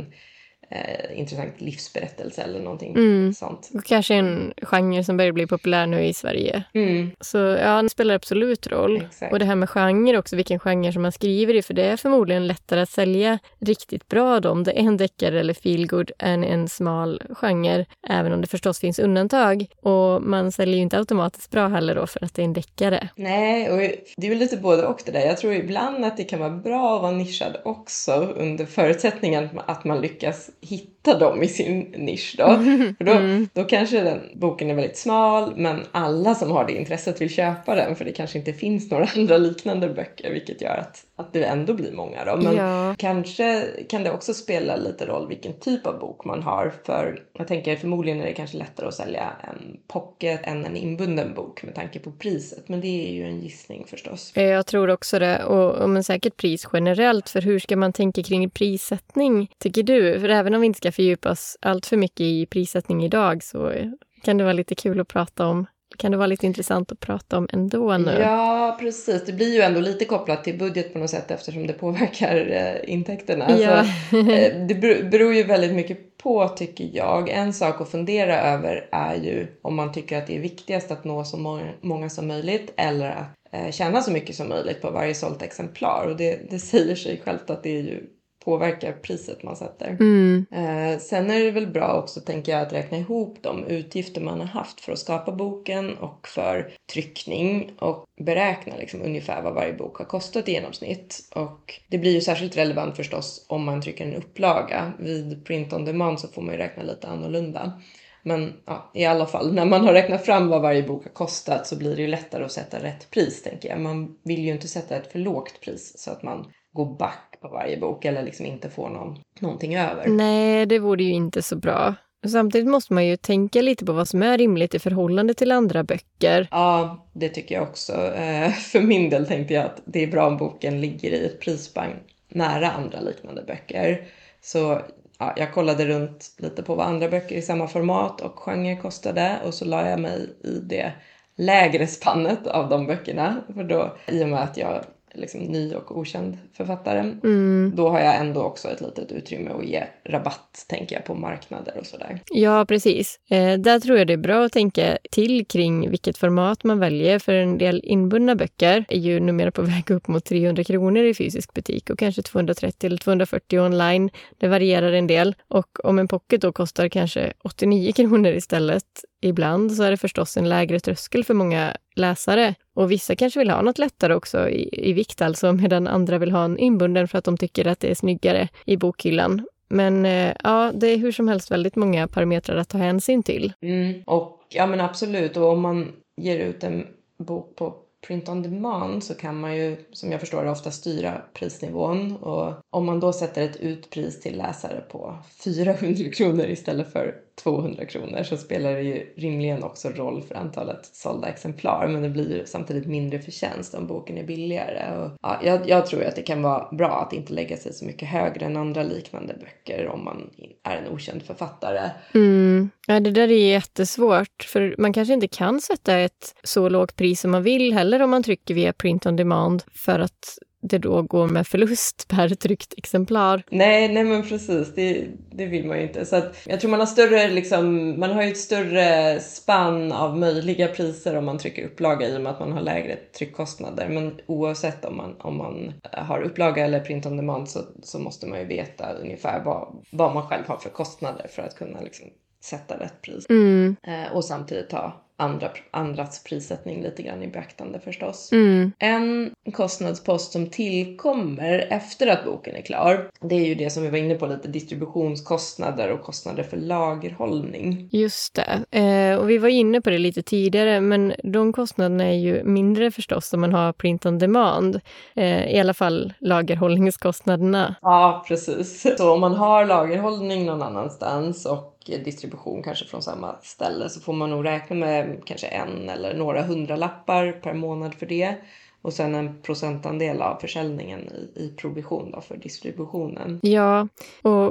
eh, intressant livsberättelse eller någonting Mm. sånt. Och kanske en genre som börjar bli populär nu i Sverige. Mm. Så ja, det spelar absolut roll. Exakt. Och det här med genre också, vilken genre som man skriver i. För det är förmodligen lättare att sälja riktigt bra då, om det är en deckare eller feelgood än en smal genre. Även om det förstås finns undantag. Och man säljer ju inte automatiskt bra heller då för att det är en deckare. Nej, och det är väl lite både och det där. Jag tror ibland att det kan vara bra att vara nischad också under förutsättningen att man lyckas hitta dem i sin nisch då. För då, Mm. då kanske den boken är väldigt smal, men alla som har det intresset vill köpa den, för det kanske inte finns några andra liknande böcker, vilket gör att, att det ändå blir många då. Men Ja. kanske kan det också spela lite roll vilken typ av bok man har, för jag tänker förmodligen är det kanske lättare att sälja en pocket än en inbunden bok med tanke på priset, men det är ju en gissning förstås. Jag tror också det, och, och men säkert pris generellt, för hur ska man tänka kring prissättning, tycker du? För även om vi inte ska fördjupas allt för mycket i prissättning idag så kan det vara lite kul att prata om. Kan det vara lite intressant att prata om ändå nu? Ja, precis. Det blir ju ändå lite kopplat till budget på något sätt eftersom det påverkar eh, intäkterna. Ja. Så, eh, det beror ju väldigt mycket på, tycker jag. En sak att fundera över är ju om man tycker att det är viktigast att nå så må- många som möjligt eller att eh, tjäna så mycket som möjligt på varje sålt exemplar. Och det, det säger sig självt att det är ju påverkar priset man sätter. Mm. Eh, sen är det väl bra också, tänker jag, att räkna ihop de utgifter man har haft för att skapa boken och för tryckning och beräkna liksom ungefär vad varje bok har kostat i genomsnitt. Och det blir ju särskilt relevant förstås om man trycker en upplaga. Vid print on demand så får man ju räkna lite annorlunda. Men ja, i alla fall, när man har räknat fram vad varje bok har kostat så blir det ju lättare att sätta rätt pris, tänker jag. Man vill ju inte sätta ett för lågt pris så att man går back på varje bok eller liksom inte får någon, någonting över. Nej, det vore ju inte så bra. Samtidigt måste man ju tänka lite på vad som är rimligt i förhållande till andra böcker. Ja, det tycker jag också. Eh, för min del tänkte jag att det är bra om boken ligger i ett prisband nära andra liknande böcker. Så ja, jag kollade runt lite på vad andra böcker i samma format och genre kostade och så la jag mig i det lägre spannet av de böckerna. För då, i och med att jag liksom ny och okänd författare. Mm. Då har jag ändå också ett litet utrymme att ge rabatt, tänker jag, på marknader och sådär. Ja, precis. Eh, där tror jag det är bra att tänka till kring vilket format man väljer. För en del inbundna böcker är ju numera på väg upp mot trehundra kronor i fysisk butik och kanske tvåhundratrettio eller tvåhundrafyrtio online. Det varierar en del. Och om en pocket då kostar kanske åttionio kronor istället ibland så är det förstås en lägre tröskel för många läsare. Och vissa kanske vill ha något lättare också i, i vikt alltså, medan andra vill ha en inbunden för att de tycker att det är snyggare i bokhyllan. Men eh, ja, det är hur som helst väldigt många parametrar att ta hänsyn till. Mm, och ja men absolut, och om man ger ut en bok på print on demand så kan man ju, som jag förstår det, ofta styra prisnivån. Och om man då sätter ett utpris till läsare på fyrahundra kronor istället för tvåhundra kronor så spelar det ju rimligen också roll för antalet sålda exemplar. Men det blir ju samtidigt mindre förtjänst om boken är billigare. Och ja, jag, jag tror att det kan vara bra att inte lägga sig så mycket högre än andra liknande böcker om man är en okänd författare. Mm. Ja, det där är jättesvårt. För man kanske inte kan sätta ett så lågt pris som man vill heller om man trycker via print on demand för att det då går med förlust per tryckt exemplar. Nej, nej men precis. Det, det vill man ju inte. Så att jag tror man har större, liksom, man har ju ett större spann av möjliga priser om man trycker upplaga i och med att man har lägre tryckkostnader. Men oavsett om man, om man har upplaga eller print on demand så, så måste man ju veta ungefär vad, vad man själv har för kostnader för att kunna liksom sätta rätt pris. Mm. Eh, och samtidigt ta andra, andras prissättning lite grann i beaktande förstås. Mm. En kostnadspost som tillkommer efter att boken är klar, det är ju det som vi var inne på, lite distributionskostnader och kostnader för lagerhållning. Just det. Eh, och vi var inne på det lite tidigare, men de kostnaderna är ju mindre förstås om man har print on demand. Eh, I alla fall lagerhållningskostnaderna. Ja, precis. Så om man har lagerhållning någon annanstans och distribution kanske från samma ställe så får man nog räkna med kanske en eller några hundralappar per månad för det. Och sen en procentandel av försäljningen i, i provision då för distributionen. Ja, och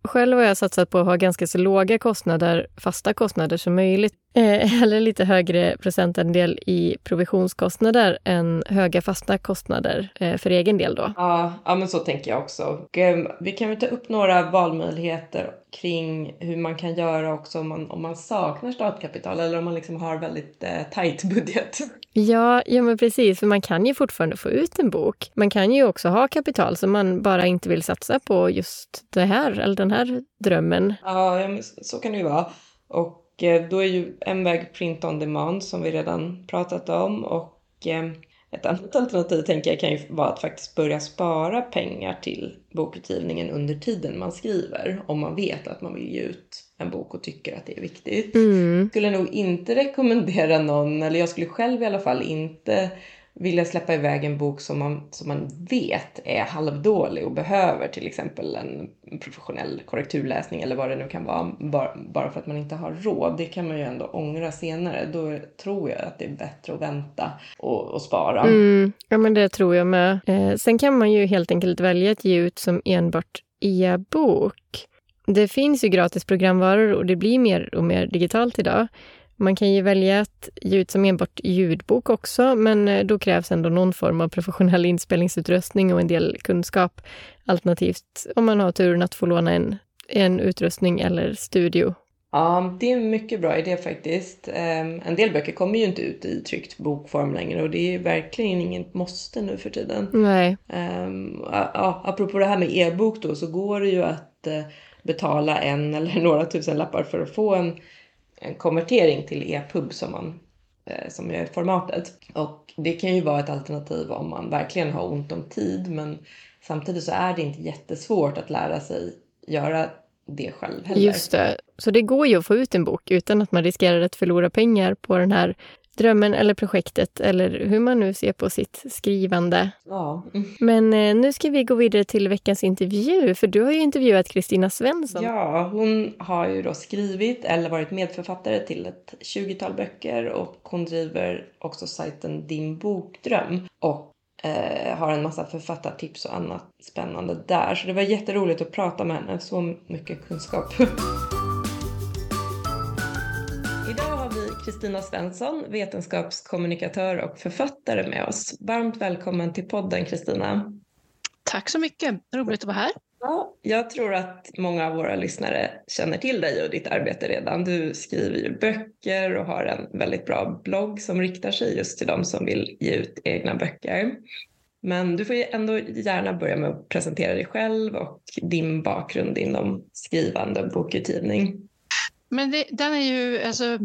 Själv har jag satsat på att ha ganska så låga kostnader, fasta kostnader som möjligt. Eh, eller lite högre procentandel i provisionskostnader än höga fasta kostnader eh, för egen del då. Ja, ja, men så tänker jag också. Och, eh, vi kan väl ta upp några valmöjligheter kring hur man kan göra också om man, om man saknar startkapital eller om man liksom har väldigt eh, tajt budget. Ja, ja, men precis. För man kan ju fortfarande få ut en bok. Man kan ju också ha kapital som man bara inte vill satsa på just det här eller den här drömmen. Ja, ja men så kan det ju vara. Och eh, då är ju en väg print on demand som vi redan pratat om. Och eh, ett annat alternativ tänker jag kan ju vara att faktiskt börja spara pengar till bokutgivningen under tiden man skriver. Om man vet att man vill ge ut en bok och tycker att det är viktigt. Mm. Jag skulle nog inte rekommendera någon, eller jag skulle själv i alla fall inte vilja släppa iväg en bok som man, som man vet är halvdålig och behöver till exempel en professionell korrekturläsning eller vad det nu kan vara, bara, bara för att man inte har råd. Det kan man ju ändå ångra senare. Då tror jag att det är bättre att vänta och, och spara. Mm. Ja, men det tror jag med. Eh, sen kan man ju helt enkelt välja att ge ut som enbart e-bok. Det finns ju gratis programvaror och det blir mer och mer digitalt idag. Man kan ju välja att ge ut som enbart ljudbok också, men då krävs ändå någon form av professionell inspelningsutrustning och en del kunskap. Alternativt om man har turen att få låna en, en utrustning eller studio. Ja, det är en mycket bra idé faktiskt. Um, en del böcker kommer ju inte ut i tryckt bokform längre och det är verkligen inget måste nu för tiden. Nej. Um, ja, apropå det här med e-bok då, så går det ju att uh, betala en eller några tusen lappar för att få en, en konvertering till e-pub som man uh, som är formatet. Och det kan ju vara ett alternativ om man verkligen har ont om tid, men samtidigt så är det inte jättesvårt att lära sig göra det själv heller. Just det. Så det går ju att få ut en bok utan att man riskerar att förlora pengar på den här drömmen eller projektet eller hur man nu ser på sitt skrivande. Ja. Men eh, nu ska vi gå vidare till veckans intervju, för du har ju intervjuat Kristina Svensson. Ja, hon har ju då skrivit eller varit medförfattare till ett tjugotal böcker och hon driver också sajten Din bokdröm och eh, har en massa författartips och annat spännande där. Så det var jätteroligt att prata med henne, så mycket kunskap. Idag har vi Kristina Svensson, vetenskapskommunikatör och författare med oss. Varmt välkommen till podden, Kristina. Tack så mycket, roligt att vara här. Ja, jag tror att många av våra lyssnare känner till dig och ditt arbete redan. Du skriver ju böcker och har en väldigt bra blogg som riktar sig just till de som vill ge ut egna böcker. Men du får ju ändå gärna börja med att presentera dig själv och din bakgrund inom skrivande och bokutgivning. Men det, den är ju, alltså,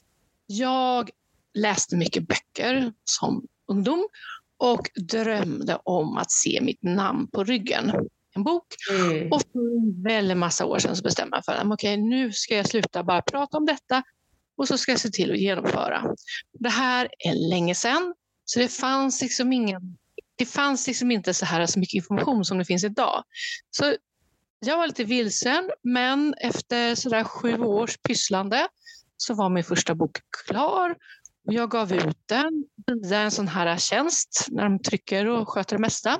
jag läste mycket böcker som ungdom och drömde om att se mitt namn på ryggen. En bok. Mm. Och för en väldigt massa år sedan så bestämde jag för att okej, nu ska jag sluta bara prata om detta och så ska jag se till att genomföra. Det här är länge sedan, så det fanns liksom ingen, det fanns liksom inte så här så mycket information som det finns idag. Så jag var lite vilsen, men efter sådär sju års pysslande så var min första bok klar. Jag gav ut den via en sån här tjänst när de trycker och sköter det mesta.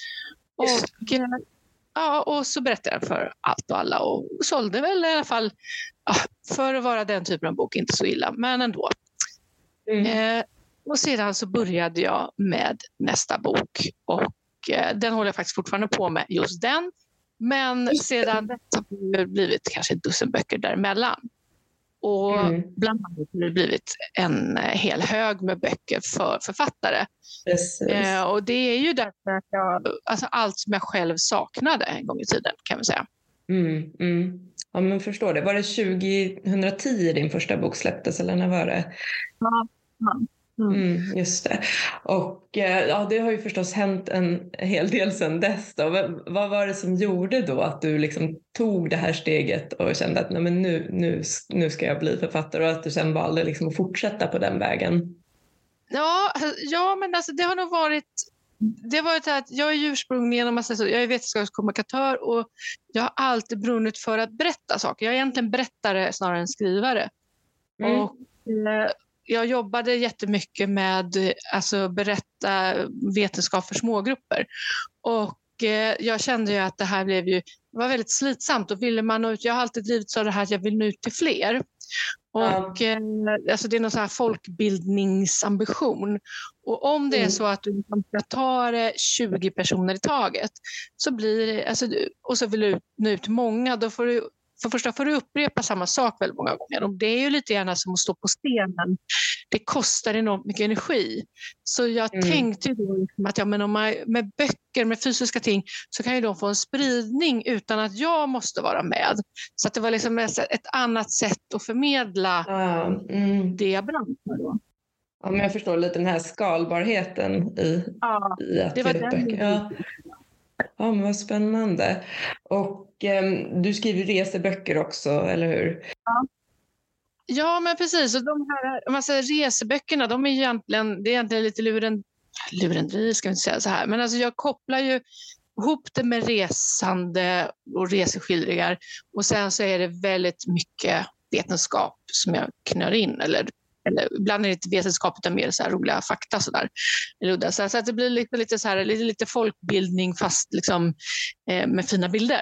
Och, ja, och så berättade jag för allt och alla och sålde väl i alla fall, ja, för att vara den typen av bok, inte så illa, men ändå. Mm. Eh, och sedan så började jag med nästa bok och eh, den håller jag faktiskt fortfarande på med, just den. Men sedan dess har det blivit kanske ett dussin böcker däremellan. Och mm. bland annat har det blivit en hel hög med böcker för författare. Eh, och det är ju därför att jag, alltså allt som jag själv saknade en gång i tiden, kan vi säga. Mm, mm. Ja, men förstår det. Var det tjugohundratio din första bok släpptes, eller när var det? Ja, ja. Mm. Mm, just det. Och ja, det har ju förstås hänt en hel del sedan dess då. Vad var det som gjorde då att du liksom tog det här steget och kände att nej, men nu, nu, nu ska jag bli författare, och att du sen valde liksom att fortsätta på den vägen? Ja, ja men alltså det har nog varit det var det att jag är ursprungligen, jag är vetenskapskommunikatör och jag har alltid brunnit för att berätta saker. Jag är egentligen berättare snarare än skrivare. Mm. Och eh, jag jobbade jättemycket med alltså berätta vetenskap för smågrupper. Och eh, jag kände ju att det här blev ju, det var väldigt slitsamt och ville man nå ut, jag har alltid drivit så det här att jag vill nå ut till fler. Och Ja. eh, alltså det är någon så här folkbildningsambition. Och om det är Mm. så att du ska ta det tjugo personer i taget så blir det, alltså, och så vill du nå ut till många, då får du för första får du upprepa samma sak väldigt många gånger. Och det är ju lite gärna som att stå på scenen. Det kostar enormt mycket energi. Så jag Mm. tänkte ju då att ja, men om man, med böcker, med fysiska ting, så kan ju de få en spridning utan att jag måste vara med. Så att det var liksom ett annat sätt att förmedla Ja, mm. det jag brann för då. Ja, men jag förstår lite den här skalbarheten i, Ja, i att det var ge ut den. böcker. Ja. Ja, men vad spännande. Och eh, du skriver reseböcker också, eller hur? Ja. Ja, men precis. Och de här, om man säger reseböckerna, de är egentligen, det är egentligen lite luren, lurendri, ska vi inte säga så här. Men alltså jag kopplar ju ihop det med resande och reseskildringar. Och sen så är det väldigt mycket vetenskap som jag knör in. Eller, eller ibland är det inte vetenskap utan mer så här roliga fakta. Så, där. Så, så att det blir lite, lite, så här, lite, lite folkbildning fast liksom, eh, med fina bilder.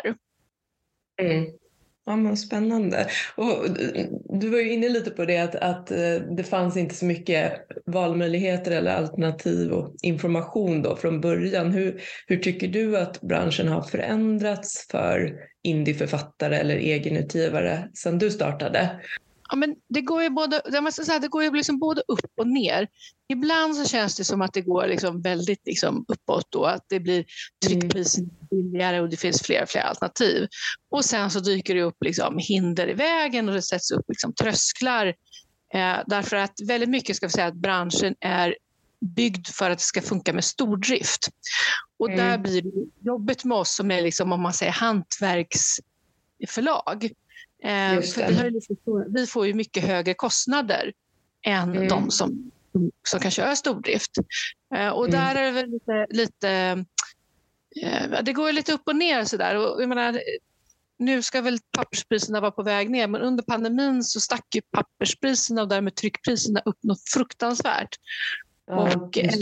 Mm. Ja, men spännande. Och du var ju inne lite på det att, att det fanns inte så mycket valmöjligheter eller alternativ och information då från början. Hur, hur tycker du att branschen har förändrats för indieförfattare eller egenutgivare sedan du startade? Ja, men det går ju både, jag måste säga, det går ju liksom både upp och ner. Ibland så känns det som att det går liksom väldigt liksom uppåt då, att det blir tryckpriser billigare och det finns fler och fler alternativ. Och sen så dyker det upp liksom hinder i vägen och det sätts upp liksom trösklar. Eh, därför att väldigt mycket ska vi säga att branschen är byggd för att det ska funka med stordrift. Och mm. där blir det jobbigt med oss som är liksom, om man säger hantverksförlag. Eh, för vi, har liksom, vi får ju mycket högre kostnader än mm. de som, som kan köra stordrift. Eh, och mm. där är det väl lite, lite eh, det går ju lite upp och ner sådär. Och jag menar, nu ska väl papperspriserna vara på väg ner, men under pandemin så stack ju papperspriserna och därmed tryckpriserna upp något fruktansvärt. Ja, och eh,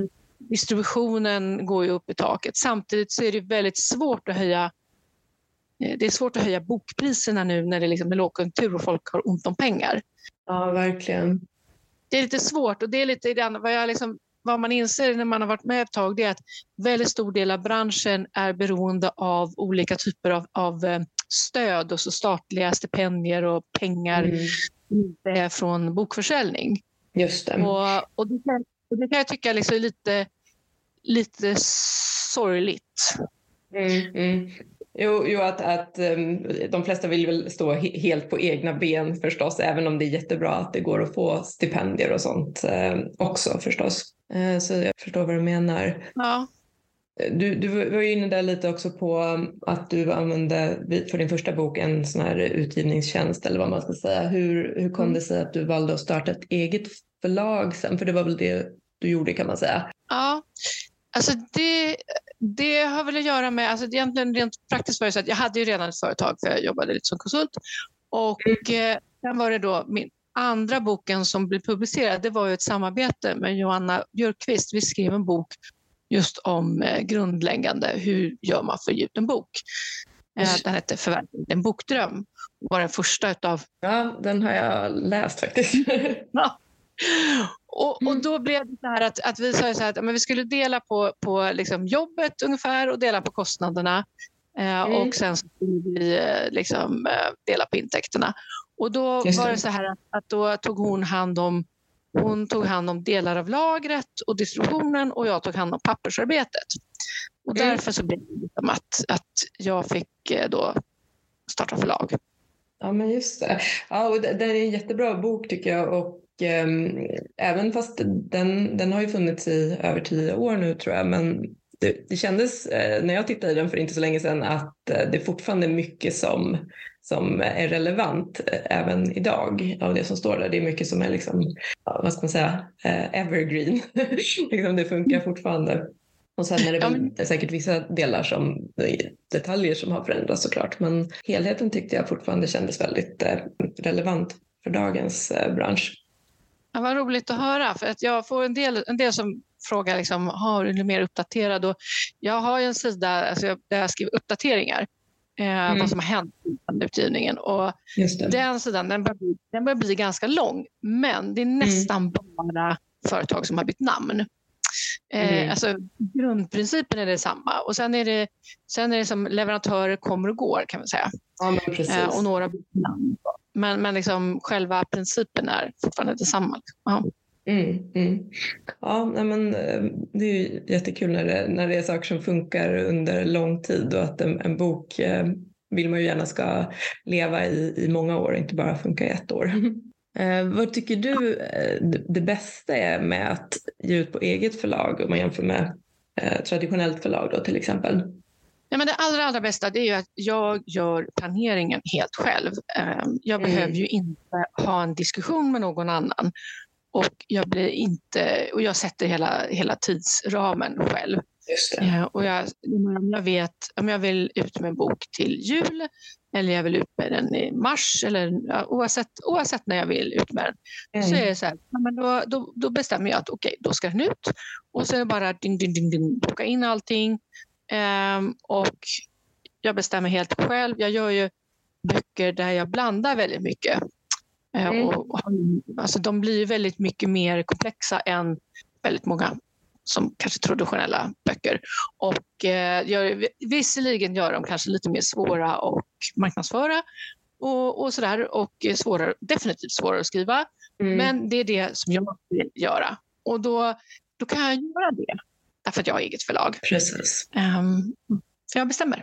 distributionen går ju upp i taket. Samtidigt så är det väldigt svårt att höja Det är svårt att höja bokpriserna nu när det liksom är lågkonjunktur och folk har ont om pengar. Ja, verkligen. Det är lite svårt och det är lite vad, jag liksom, vad man inser när man har varit med ett tag, det är att väldigt stor del av branschen är beroende av olika typer av, av stöd och så statliga stipendier och pengar mm. från bokförsäljning. Just det. Och, och, det, kan, och det kan jag tycka liksom är lite, lite sorgligt. Mm, mm. Jo, jo att, att um, de flesta vill väl stå he- helt på egna ben förstås, även om det är jättebra att det går att få stipendier och sånt uh, också förstås. Uh, så jag förstår vad du menar. Ja. Du, du var ju inne där lite också på att du använde för din första bok en sån här utgivningstjänst eller vad man ska säga. Hur, hur kom det sig att du valde att starta ett eget förlag sen? För det var väl det du gjorde, kan man säga. Ja, alltså det... Det har väl att göra med, alltså egentligen rent praktiskt var det så att jag hade ju redan ett företag för jag jobbade lite som konsult. Och eh, sen var det då min andra boken som blev publicerad, det var ju ett samarbete med Johanna Björkqvist. Vi skrev en bok just om eh, grundläggande, hur gör man för ut en bok. Eh, den hette Förverkliga en bokdröm. Var den första utav... Ja, den har jag läst faktiskt. Ja. Och, och då blev det så här att, att vi sa så här att men vi skulle dela på, på liksom jobbet ungefär och dela på kostnaderna. Eh, mm. Och sen skulle vi liksom, dela på intäkterna. Och då var det så här att, att då tog hon hand om hon tog hand om delar av lagret och distributionen och jag tog hand om pappersarbetet. Och mm. därför så blev det liksom att, att jag fick då starta förlag. Ja, men just det. Ja, och det, det är en jättebra bok tycker jag. Och um, även fast den, den har ju funnits i över tio år nu tror jag. Men det, det kändes eh, när jag tittade i den för inte så länge sedan att eh, det fortfarande är mycket som, som är relevant eh, även idag av det som står där. Det är mycket som är liksom, ja, vad ska man säga, eh, evergreen. liksom det funkar fortfarande. Och sen är det väl ja, säkert vissa delar som detaljer som har förändrats såklart. Men helheten tyckte jag fortfarande kändes väldigt eh, relevant för dagens eh, bransch. Ja, vad roligt att höra. För att jag får en del, en del som frågar liksom, har du mer uppdaterad? Och jag har ju en sida alltså, där jag skriver uppdateringar. Eh, mm. Vad som har hänt i den utgivningen. Och den sidan den börjar, bli, den börjar bli ganska lång. Men det är nästan mm. bara företag som har bytt namn. Eh, mm. Alltså grundprincipen är detsamma. Och sen är det, sen är det som leverantörer kommer och går kan man säga. Ja, men precis. Eh, och några byter namn. Men, men liksom själva principen är fortfarande detsamma. Ja. Mm, mm. Ja, men det är ju jättekul när det, när det är saker som funkar under lång tid och att en, en bok vill man ju gärna ska leva i, i många år, inte bara funka i ett år. Eh, vad tycker du det bästa är med att ge ut på eget förlag om man jämför med eh, traditionellt förlag då till exempel? Ja, men det allra, allra bästa det är ju att jag gör planeringen helt själv. Jag mm. behöver ju inte ha en diskussion med någon annan. Och jag blir inte och jag sätter hela, hela tidsramen själv. Just det. Och jag, jag vet om jag vill ut med en bok till jul eller jag vill ut med den i mars eller oavsett, oavsett när jag vill ut med den. Mm. Så är det så här, men då, då, då bestämmer jag att okej, okay, då ska den ut. Och så är det bara ding, ding, ding, ding, boka in allting. Um, och jag bestämmer helt själv. Jag gör ju böcker där jag blandar väldigt mycket. Mm. Och, och, alltså, de blir ju väldigt mycket mer komplexa än väldigt många som kanske traditionella böcker. Och eh, gör, visserligen gör de kanske lite mer svåra att marknadsföra och, och sådär. Och svårare, definitivt svårare att skriva. Mm. Men det är det som jag vill göra. Och då, då kan jag göra det. Därför att jag har eget förlag. Precis. Um, för jag bestämmer.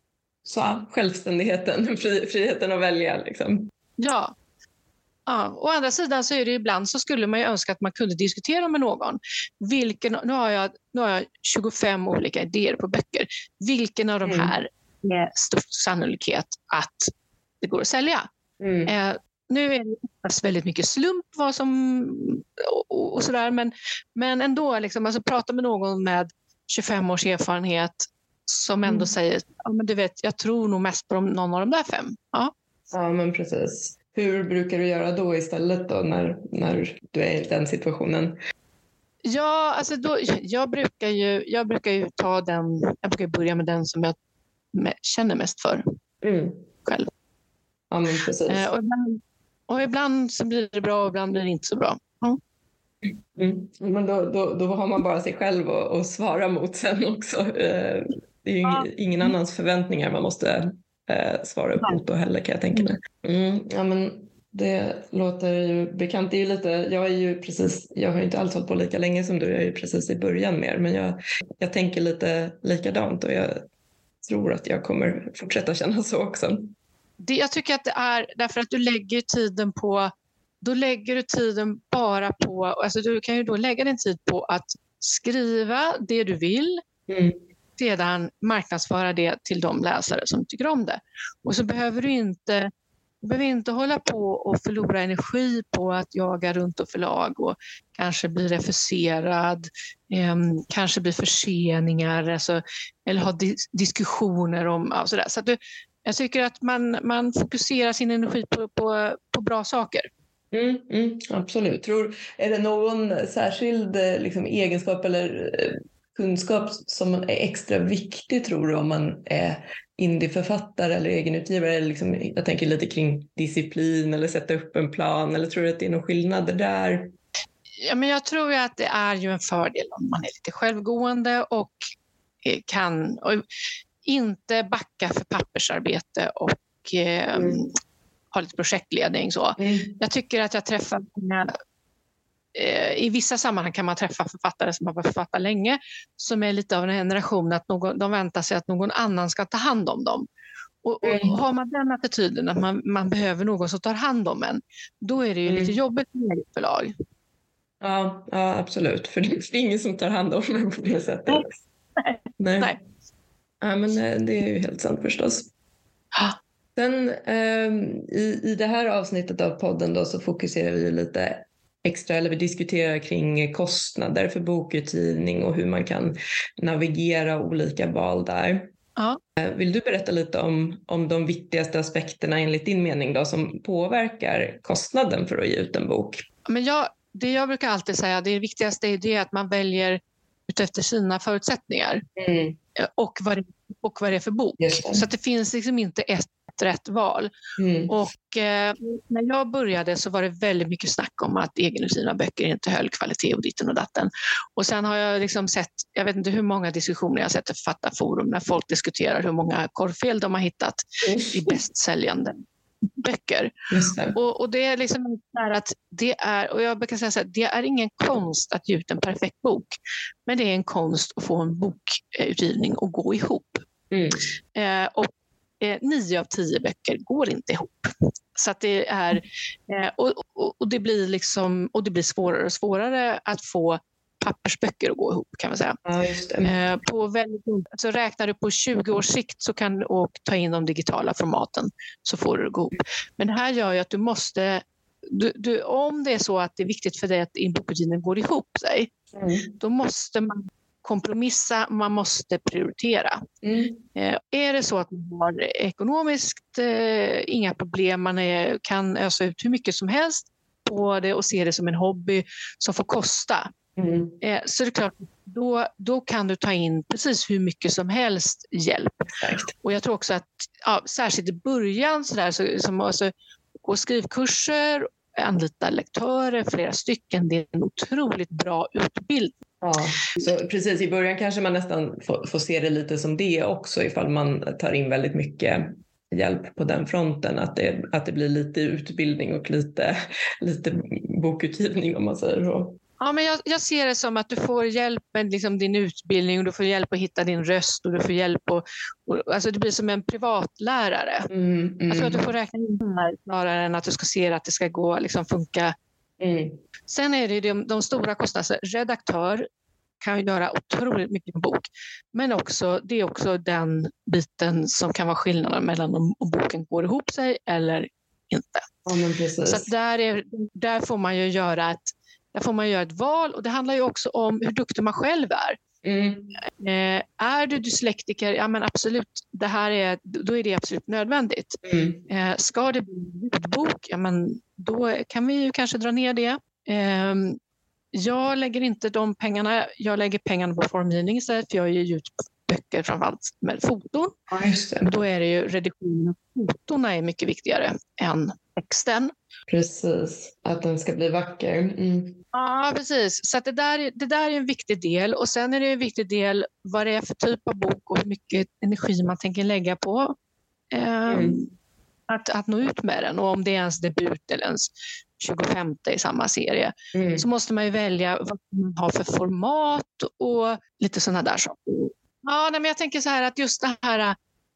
Så självständigheten, fri, friheten att välja liksom. Ja. Ja, å andra sidan så är det ibland så skulle man ju önska att man kunde diskutera med någon. Vilken, nu, har jag, nu har jag tjugofem olika idéer på böcker. Vilken av de här mm. är störst sannolikhet att det går att sälja? Mm. Eh, nu är det oftast väldigt mycket slump vad som, och, och sådär. Men, men ändå, liksom, alltså, prata med någon med tjugofem års erfarenhet som ändå mm. säger ja, men du vet, jag tror nog mest på de, någon av de där fem. Ja, ja men precis. Hur brukar du göra då istället då när, när du är i den situationen? Ja, alltså då, jag, brukar ju, jag brukar ju ta den, jag brukar börja med den som jag med, känner mest för mm. själv. Ja, men precis. Eh, och, ibland, och ibland så blir det bra och ibland blir det inte så bra. Ja. Mm. Men då, då, då har man bara sig själv att, att svara mot sen också. Eh, det är ju ja. ingen annans förväntningar man måste eh, svara upp mot då heller kan jag tänka mig. Mm. Ja, men det låter ju bekant. Det är ju lite, jag är ju precis, jag har ju inte alls hållit på lika länge som du, jag är ju precis i början mer, men jag, jag tänker lite likadant och jag tror att jag kommer fortsätta känna så också. Det, jag tycker att det är därför att du lägger tiden på, då lägger du tiden bara på, alltså du kan ju då lägga din tid på att skriva det du vill, mm. sedan marknadsföra det till de läsare som tycker om det. Och så behöver du inte Du behöver inte hålla på och förlora energi på att jaga runt och förlag och kanske bli refuserad, eh, kanske bli förseningar alltså, eller ha dis- diskussioner om ja, sådär. Så att du, jag tycker att man, man fokuserar sin energi på, på, på bra saker. Mm, mm, absolut. Tror, är det någon särskild liksom, egenskap eller kunskap som är extra viktig tror du om man är indieförfattare eller egenutgivare? Eller liksom, jag tänker lite kring disciplin eller sätta upp en plan. Eller tror du att det är någon skillnad där? Ja, men jag tror ju att det är ju en fördel om man är lite självgående och kan och inte backa för pappersarbete och eh, mm. ha lite projektledning. Så. Mm. Jag tycker att jag träffar många i vissa sammanhang kan man träffa författare som har varit författare länge som är lite av en generation att någon, de väntar sig att någon annan ska ta hand om dem. Och, och har man den attityden att man, man behöver någon som tar hand om en, då är det ju mm. lite jobbigt med eget förlag. Ja, ja, absolut. För det är ingen som tar hand om en på det sättet. Nej. Nej. Nej. Ja, men det är ju helt sant förstås. Ja. Sen eh, i, i det här avsnittet av podden då så fokuserar vi ju lite extra, eller vi diskuterar kring kostnader för bokutgivning och hur man kan navigera olika val där. Ja. Vill du berätta lite om, om de viktigaste aspekterna enligt din mening då, som påverkar kostnaden för att ge ut en bok? Men jag det jag brukar alltid säga, det viktigaste är det att man väljer utefter sina förutsättningar Mm. och, vad, och vad det är för bok. Just det. Så att det finns liksom inte ett rätt val. Mm. Och eh, när jag började så var det väldigt mycket snack om att egenutgivna böcker inte höll kvalitet och ditten och datten. Och sen har jag liksom sett, jag vet inte hur många diskussioner jag har sett i författarforum när folk diskuterar hur många korrfel de har hittat Mm. i bästsäljande böcker. Just det. Och, och det är liksom där att det är, och jag brukar säga så här, det är ingen konst att ge ut en perfekt bok, men det är en konst att få en bokutgivning att gå ihop. Mm. Eh, och eh, nio av tio böcker går inte ihop. Så att det är, eh, och, och, och det blir liksom, och det blir svårare och svårare att få pappersböcker att gå ihop, kan man säga. Ja, just det. Eh, på väldigt, så räknar du på tjugo års sikt så kan, och ta in de digitala formaten, så får du det gå ihop. Men det här gör ju att du måste, du, du, om det är så att det är viktigt för dig att din bokutgivning går ihop sig, Mm. då måste man kompromissa, man måste prioritera. Mm. Eh, är det så att man har ekonomiskt eh, inga problem, man är, kan ösa ut hur mycket som helst på det och se det som en hobby som får kosta, Mm. eh, så är det klart, då, då kan du ta in precis hur mycket som helst hjälp. Exakt. Och jag tror också att, ja, särskilt i början så där, så, som alltså, gå skrivkurser, anlita lektörer, flera stycken, det är en otroligt bra utbildning. Ja, så precis i början kanske man nästan får, får se det lite som det också, ifall man tar in väldigt mycket hjälp på den fronten, att det, att det blir lite utbildning och lite, lite bokutgivning, om man säger så. Ja, men jag, jag ser det som att du får hjälp med liksom din utbildning och du får hjälp att hitta din röst och du får hjälp och, och alltså det blir som en privatlärare. Mm, mm. Jag tror att du får räkna in det här snarare än att du ska se att det ska gå liksom funka. Mm. Sen är det de, de stora kostnaderna. Redaktör kan ju göra otroligt mycket på bok, men också, det är också den biten som kan vara skillnaden mellan om, om boken går ihop sig eller inte. Ja, men precis. Så att där, är, där får man ju göra ett Där får man göra ett val, och det handlar ju också om hur duktig man själv är. Mm. Eh, är du dyslektiker, ja men absolut, det här är, då är det absolut nödvändigt. Mm. Eh, ska det bli en ljudbok, ja men då kan vi ju kanske dra ner det. Eh, jag lägger inte de pengarna, jag lägger pengarna på formgivning istället, för jag ger ut böcker framförallt med foton. Ja, just det. Då är det ju redaktionen av fotona är mycket viktigare än texten. Precis, att den ska bli vacker. Mm. Ja, precis. Så att det, där, det där är en viktig del. Och sen är det en viktig del vad det är för typ av bok och hur mycket energi man tänker lägga på eh, Mm. att, att nå ut med den. Och om det är ens debut eller ens tjugofemte i samma serie, Mm. så måste man ju välja vad man har för format och lite sådana där saker. Ja, nej, men jag tänker så här att just det här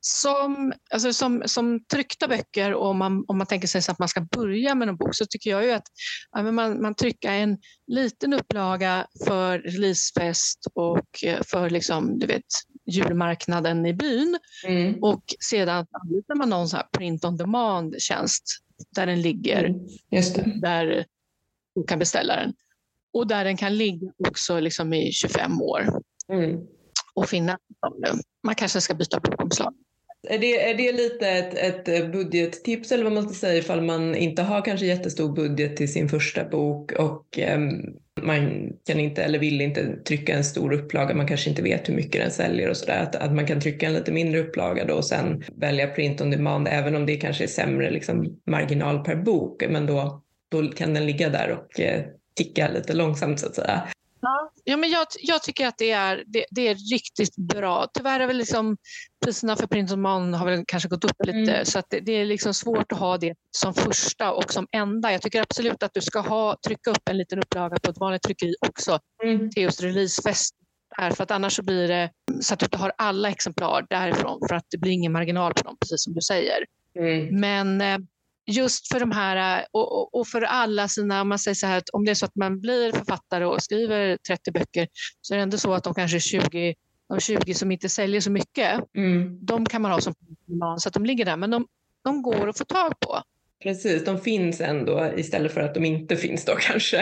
som, alltså som, som tryckta böcker, och om man, om man tänker sig så att man ska börja med en bok, så tycker jag ju att ja, men man, man trycker en liten upplaga för releasefest och för liksom, du vet, julmarknaden i byn, Mm. och sedan anlitar man någon sån här print on demand-tjänst där den ligger, Mm. Just det. där du kan beställa den, och där den kan ligga också liksom i tjugofem år Mm. och finna. Man kanske ska byta bokomslag. Är det, är det lite ett, ett budgettips, eller vad man ska säga, ifall man inte har kanske jättestor budget till sin första bok och um, man kan inte eller vill inte trycka en stor upplaga, man kanske inte vet hur mycket den säljer och sådär, att, att man kan trycka en lite mindre upplaga då och sen välja print on demand, även om det kanske är sämre liksom, marginal per bok, men då, då kan den ligga där och eh, ticka lite långsamt så att säga. Ja, men jag, jag tycker att det är, det, det är riktigt bra. Tyvärr är väl liksom, priserna för print on demand har väl kanske gått upp lite, Mm. så att det, det är liksom svårt att ha det som första och som enda. Jag tycker absolut att du ska ha, trycka upp en liten upplaga på ett vanligt tryckeri också Mm. till just releasefest. Där, för att annars så blir det så att du inte har alla exemplar därifrån, för att det blir ingen marginal på dem, precis som du säger. Mm. Men eh, just för de här, och, och, och för alla sina, om man säger så här, att om det är så att man blir författare och skriver trettio böcker, så är det ändå så att de kanske tjugo, de tjugo som inte säljer så mycket, Mm. de kan man ha som så att de ligger där, men de, de går att få tag på. Precis, de finns ändå istället för att de inte finns då kanske.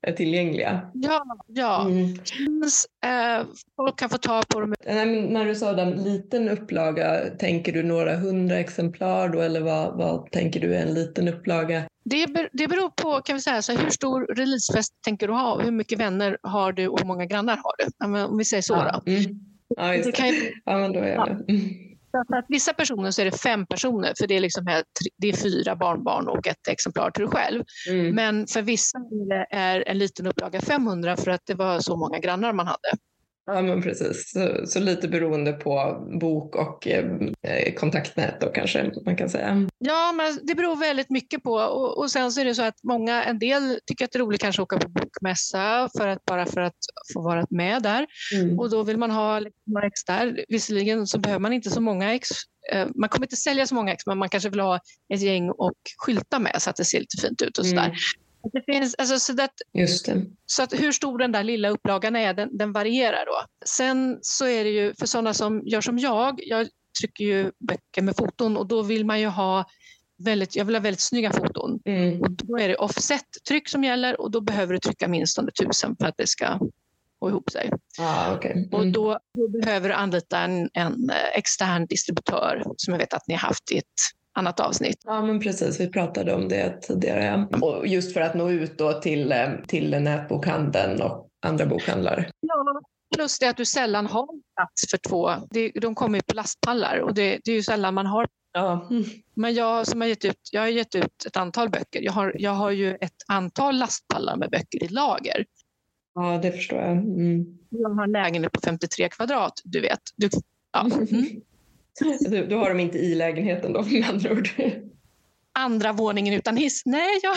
är tillgängliga. Ja, ja. Mm. Eh, folk kan få ta på dem. Nej, men när du sa den liten upplaga, tänker du några hundra exemplar då, eller vad, vad tänker du är en liten upplaga? Det, ber, det beror på, kan vi säga, så hur stor releasefest tänker du ha? Hur mycket vänner har du och hur många grannar har du? Ja, men om vi säger så Ja, då. mm. Ja, just det. Det kan ju, ja, men då är jag med. Mm. för att vissa personer så är det fem personer, för det är, liksom här, det är fyra barnbarn och ett exemplar till dig själv. Mm. Men för vissa är en liten upplaga femhundra för att det var så många grannar man hade. Ja, men precis. Så, så lite beroende på bok och eh, kontaktnät då kanske man kan säga. Ja, men det beror väldigt mycket på. Och, och sen så är det så att många, en del tycker att det är roligt kanske att åka på bokmässa för att, bara för att få vara med där. Mm. Och då vill man ha några ex där. Visserligen så behöver man inte så många ex. Eh, man kommer inte sälja så många ex, men man kanske vill ha ett gäng och skylta med så att det ser lite fint ut och sådär. Mm. Det finns, alltså, så, att, Just det. så att hur stor den där lilla upplagan är, den, den varierar då. Sen så är det ju för sådana som gör som jag, jag trycker ju böcker med foton och då vill man ju ha väldigt, jag vill ha väldigt snygga foton. Mm. Och då är det offset-tryck som gäller och då behöver du trycka minst under tusen för att det ska gå ihop sig. Ah, okay. Mm. Och då, då behöver du anlita en, en extern distributör som jag vet att ni har haft i ett annat avsnitt. Ja, men precis. Vi pratade om det tidigare. Och just för att nå ut då till, till nätbokhandeln och andra bokhandlar. Ja, plus det att du sällan har plats för två. Det, de kommer ju på lastpallar och det, det är ju sällan man har. Ja. Mm. Men jag som har gett ut, jag har gett ut ett antal böcker. Jag har, jag har ju ett antal lastpallar med böcker i lager. Ja, det förstår jag. Mm. Jag har en lägenhet på femtiotre kvadrat, du vet. Du, ja. Mm. Du, du har dem inte i lägenheten då, med andra ord. Andra våningen utan hiss? Nej, jag...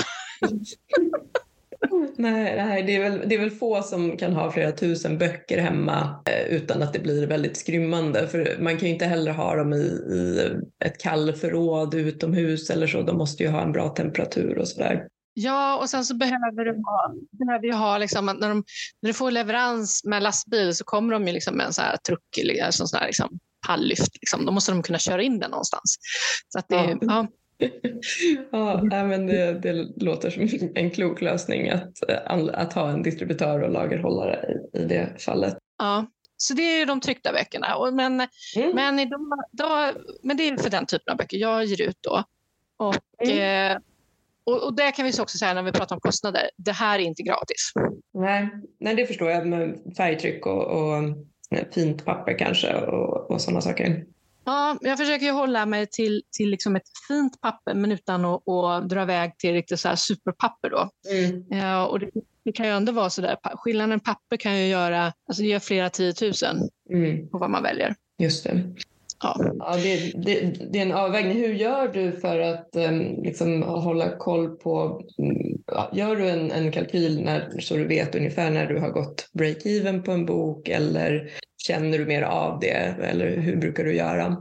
nej, nej det, är väl, det är väl få som kan ha flera tusen böcker hemma eh, utan att det blir väldigt skrymmande. För man kan ju inte heller ha dem i, i ett kallförråd utomhus eller så. De måste ju ha en bra temperatur och sådär. Ja, och sen så behöver du ha, behöver ju ha liksom, när, de, när du får leverans med lastbil så kommer de ju liksom med en sån här truck, alltså sån här liksom palllyft. Liksom. Då måste de kunna köra in den någonstans. Så att det, ja. Ja. ja, men det, det låter som en klok lösning att, att ha en distributör och lagerhållare i, i det fallet. Ja, så det är ju de tryckta böckerna. Och, men, mm. men, idag, då, men det är för den typen av böcker jag ger ut då. Och, mm. eh, och, och det kan vi också säga när vi pratar om kostnader. Det här är inte gratis. Nej, nej det förstår jag med färgtryck och, och fint papper kanske och, och sådana saker. Ja, jag försöker ju hålla mig till, till liksom ett fint papper men utan att, att dra iväg till riktigt så här superpapper då. Mm. Ja, och det, det kan ju ändå vara så där. Skillnaden papper kan ju göra, alltså det gör flera tiotusen mm. på vad man väljer. Just det. Ja. Ja, det, det, det är en avvägning. Hur gör du för att um, liksom, hålla koll på... Um, ja, gör du en, en kalkyl när, så du vet ungefär när du har gått break-even på en bok eller känner du mer av det? Eller hur brukar du göra?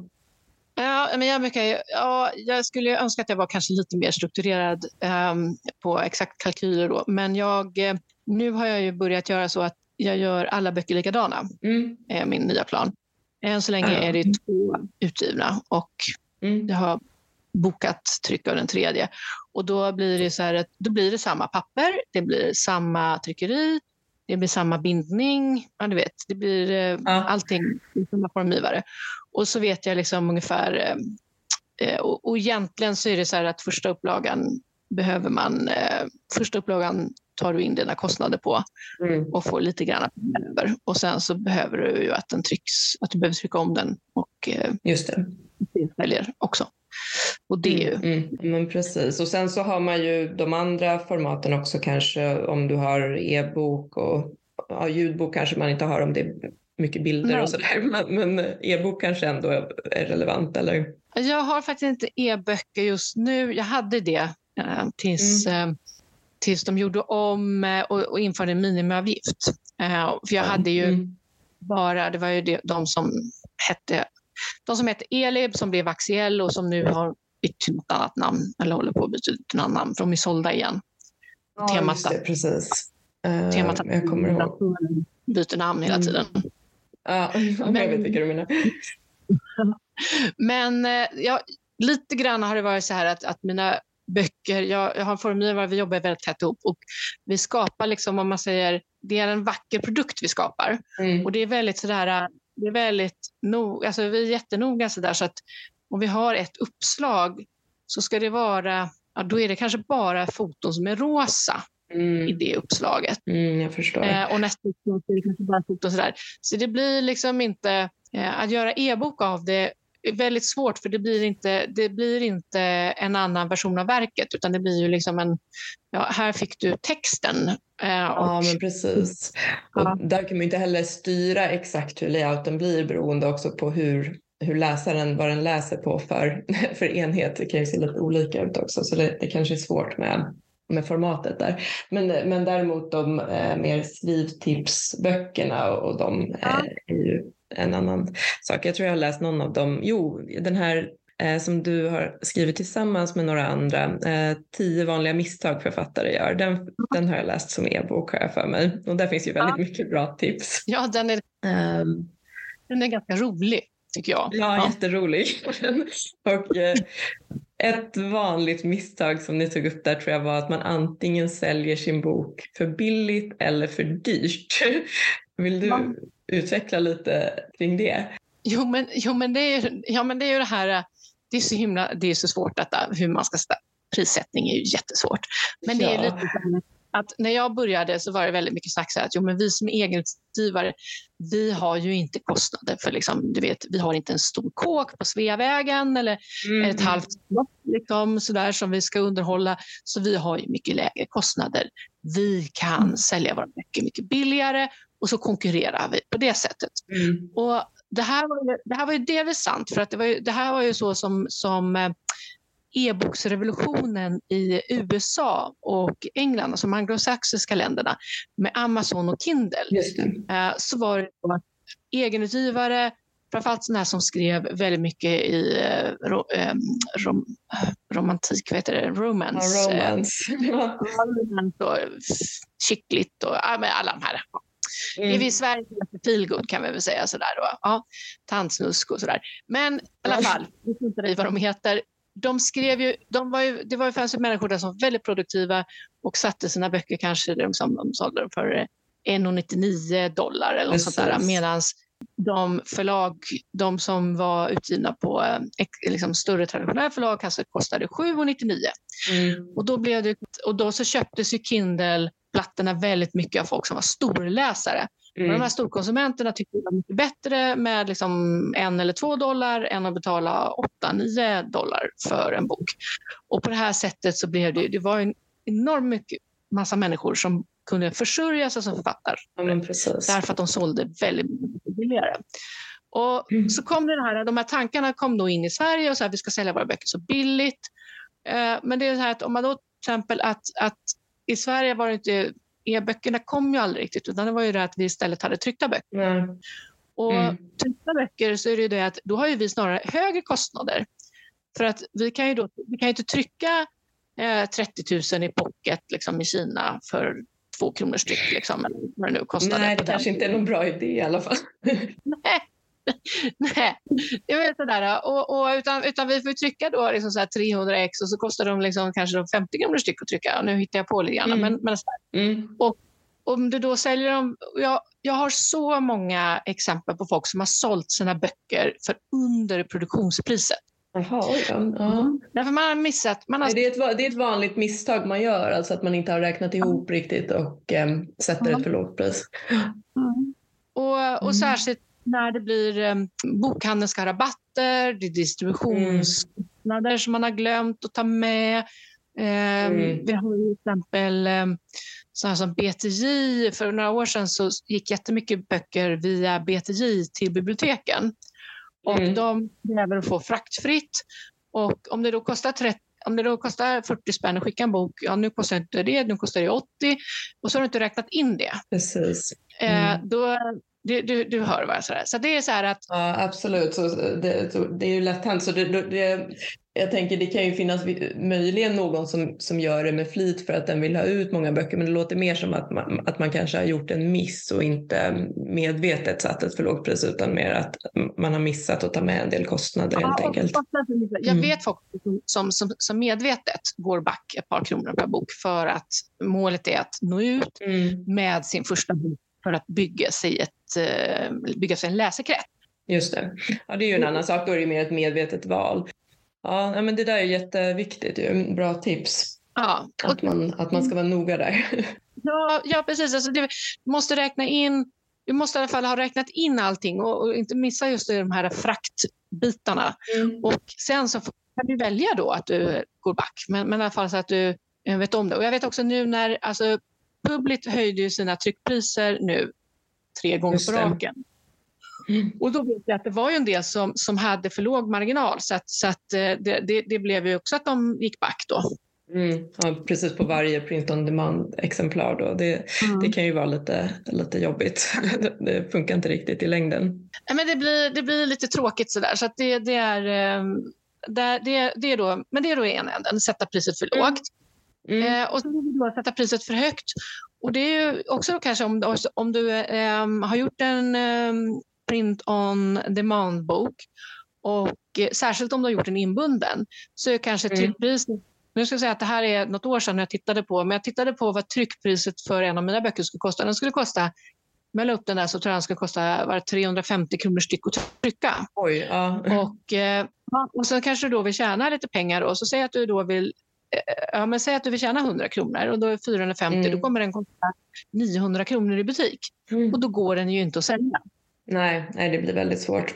Ja, men jag, brukar, ja, jag skulle önska att jag var kanske lite mer strukturerad um, på exakt kalkyler då. Men jag, nu har jag ju börjat göra så att jag gör alla böcker likadana. Mm. Är min nya plan. Än så länge är det två utgivna och mm. jag har bokat tryck av den tredje. Och då blir det så här att då blir det samma papper, det blir samma tryckeri, det blir samma bindning, ja du vet, det blir eh, ja. allting i samma formgivare. Och så vet jag liksom ungefär, eh, och, och egentligen så är det så här att första upplagan behöver man, eh, första upplagan tar du in dina kostnader på mm. och får lite grann över. Och sen så behöver du ju att den trycks, att du behöver trycka om den och eh, just det. Säljer också. Och det är ju... Mm, mm, men precis. Och sen så har man ju de andra formaten också kanske om du har e-bok och ja, ljudbok kanske man inte har om det är mycket bilder Nej. och sådär. Men, men e-bok kanske ändå är relevant, eller? Jag har faktiskt inte e-böcker just nu. Jag hade det eh, tills... Mm. Eh, tills de gjorde om och, och införde en minimiavgift. Uh, för jag hade ju mm. bara, det var ju det, de som hette, de som hette Elib som blev Axiell och som nu har bytt till något annat namn, eller håller på att byta till ett annat namn, för de är sålda igen. Ja, temat just det, precis. Uh, temat att jag kommer ihåg. Byter namn hela tiden. Mm. Ja, men, jag vet inte vad du menar. Men ja, lite grann har det varit så här att, att mina böcker. Jag, jag har en formgivare, vi jobbar väldigt tätt ihop och vi skapar liksom, om man säger, det är en vacker produkt vi skapar. Mm. Och det är väldigt sådär, det är väldigt nog, alltså vi är jättenoga sådär, så att om vi har ett uppslag så ska det vara, ja, då är det kanske bara foton som är rosa Mm. i det uppslaget. Mm, jag förstår. Eh, och nästa uppslag är det kanske bara foton sådär. Så det blir liksom inte, eh, att göra e-bok av det är väldigt svårt, för det blir inte, det blir inte en annan version av verket, utan det blir ju liksom en, ja, här fick du texten. Eh, Ja, och, men precis. Ja. Och där kan man inte heller styra exakt hur layouten blir, beroende också på hur, hur läsaren, vad den läser på för, för enhet. Det kan ju se lite olika ut också, så det, det kanske är svårt med, med formatet där. Men, men däremot de eh, mer skrivtipsböckerna och de eh, Ja. är ju en annan sak. Jag tror jag har läst någon av dem. Jo, den här eh, som du har skrivit tillsammans med några andra, eh, tio vanliga misstag författare gör. Den, den har jag läst som e-bok, har jag för mig. Och där finns ju väldigt Ja. mycket bra tips. ja, den är, Um, den är ganska rolig, tycker jag. ja, Ja. jätterolig. Och eh, ett vanligt misstag som ni tog upp där tror jag var att man antingen säljer sin bok för billigt eller för dyrt. Vill du Ja. utveckla lite kring det? Jo, men, jo men, det är, ju- ja, men det är ju det här, det är så himla, det är så svårt detta, hur man ska sta- prissättning är ju jättesvårt. Men det är Ja. lite så att när jag började så var det väldigt mycket snack så här att jo, men vi som är egenutgivare, vi har ju inte kostnader för liksom, du vet, vi har inte en stor kåk på Sveavägen eller Mm. ett halvt slott liksom, så där, som vi ska underhålla, så vi har ju mycket lägre kostnader. Vi kan Mm. sälja våra böcker mycket billigare och så konkurrerar vi på det sättet. Mm. Och det här var ju, det här var ju delvis sant, för att det, var ju, det här var ju så som, som eh, e-boksrevolutionen i U S A och England, alltså de anglosaxiska länderna, med Amazon och Kindle. Just det. Eh, så var det så att egenutgivare, framförallt sådana här som skrev väldigt mycket i eh, ro, eh, rom, romantik, vad heter det? Romance. Ja, romance. Ja. romance och chickligt och ja, men alla de här. Mm. Det är vi i Sverige feelgood, kan vi väl säga sådär då. Ja, tandsnusk och sådär. Men i alla fall, vi skiter i vad de heter. De skrev ju, de var ju, det var ju fanns ju människor där som var väldigt produktiva och satte sina böcker kanske de, som de sålde dem för en komma nittionio dollar eller något sånt där. Medan de förlag, de som var utgivna på eh, liksom större traditionella förlag kanske kostade sju komma nittionio. Mm. Och då blev det, och då så köptes ju Kindle-plattorna väldigt mycket av folk som var storläsare. Mm. Och de här storkonsumenterna tyckte det var mycket bättre med liksom en eller två dollar än att betala åtta, nio dollar för en bok. Och på det här sättet så blev det, det var en enorm mycket, massa människor som kunde försörja sig som författare. Ja, men precis. Därför att de sålde väldigt mycket billigare. Och Mm. så kom det här, de här tankarna kom då in i Sverige och så här, vi ska sälja våra böcker så billigt. Eh, men det är så här att om man då till exempel att, att i Sverige var det inte, e-böckerna kom ju aldrig riktigt, utan det var ju det att vi istället hade tryckta böcker. Mm. Och Mm. tryckta böcker så är det ju det att då har ju vi snarare högre kostnader. För att vi kan ju då, vi kan ju inte trycka eh, trettio tusen i pocket liksom, i Kina för två kronor styck liksom, eller vad det nu kostar. Nej, det kanske inte är någon bra idé i alla fall. Nej, nej. Det är väl sådär. Och, och, utan, utan vi får trycka då liksom så här trehundra ex och så kostar de liksom kanske femtio kronor styck att trycka. Nu hittar jag på lite grann. Mm. Men, men så här. Mm. Och om du då säljer dem, jag, jag har så många exempel på folk som har sålt sina böcker för under produktionspriset. Jaha, oj då. Ja. Därför man har missat. Man har... Det, är ett, va- det är ett vanligt misstag man gör, alltså att man inte har räknat ihop riktigt och äm, sätter Ja. ett för lågt pris. Mm. Och, och Mm. särskilt när det blir um, bokhandeln ska ha rabatter, det är distributionskostnader mm. som man har glömt att ta med. Um, Mm. Vi har ju till exempel um, sådana som B T J. För några år sedan så gick jättemycket böcker via B T J till biblioteken. Och Mm. de kräver att få fraktfritt. Och om det då kostar trettio Om det då kostar fyrtio spänn att skicka en bok, ja nu kostar inte det, nu kostar det åttio. Och så har du inte räknat in det. Precis. Mm. Eh, då, du, du, du hör vad jag säger. Så det är så här att... Ja, absolut. Så det, så det är ju lätt hänt. Så det, det, Jag tänker det kan ju finnas möjligen någon som, som gör det med flit för att den vill ha ut många böcker, men det låter mer som att man, att man kanske har gjort en miss och inte medvetet satt ett för lågt pris, utan mer att man har missat att ta med en del kostnader helt Ja, enkelt. jag vet folk som, som, som medvetet går back ett par kronor per bok för att målet är att nå ut Mm. med sin första bok för att bygga sig, ett, bygga sig en läsekrets. Just det. Ja, det är ju en annan sak, då är det mer ett medvetet val. Ja, men det där är jätteviktigt, ju. Bra tips. Ja. Att man, att man ska vara noga där. Ja, ja precis. Alltså, du måste räkna in, du måste i alla fall ha räknat in allting och, och inte missa just de här fraktbitarna. Mm. Och sen så kan du välja då att du går back, men, men i alla fall så att du vet om det. Och jag vet också nu när, alltså Publit höjde ju sina tryckpriser nu tre gånger på raken. Mm. Och då vet jag att det var ju en del som, som hade för låg marginal, så att, så att det, det, det blev ju också att de gick back då. Mm. Ja, precis, på varje print on demand exemplar då. Det, mm. det kan ju vara lite, lite jobbigt. Det funkar inte riktigt i längden. Ja, men det blir, det blir lite tråkigt sådär, så att det, det är det, det, det är då, men det är då en änden, sätta priset för lågt. Mm. Eh, och så vill vi då sätta priset för högt. Och det är ju också då kanske om, om du eh, har gjort en eh, print on demand-bok och eh, särskilt om du har gjort en inbunden, så är kanske mm. tryckpriset, nu ska jag säga att det här är något år sedan jag tittade på, men jag tittade på vad tryckpriset för en av mina böcker skulle kosta. Den skulle kosta, med upp den där så tror jag den skulle kosta var trehundrafemtio kronor styck att trycka. Oj, ja. Och, eh, och så kanske du då vill tjäna lite pengar och så säger att du då vill Ja, men säg att du vill tjäna hundra kronor och då är fyrahundrafemtio, mm. då kommer den kosta niohundra kronor i butik. Mm. Och då går den ju inte att sälja. Nej, nej det blir väldigt svårt.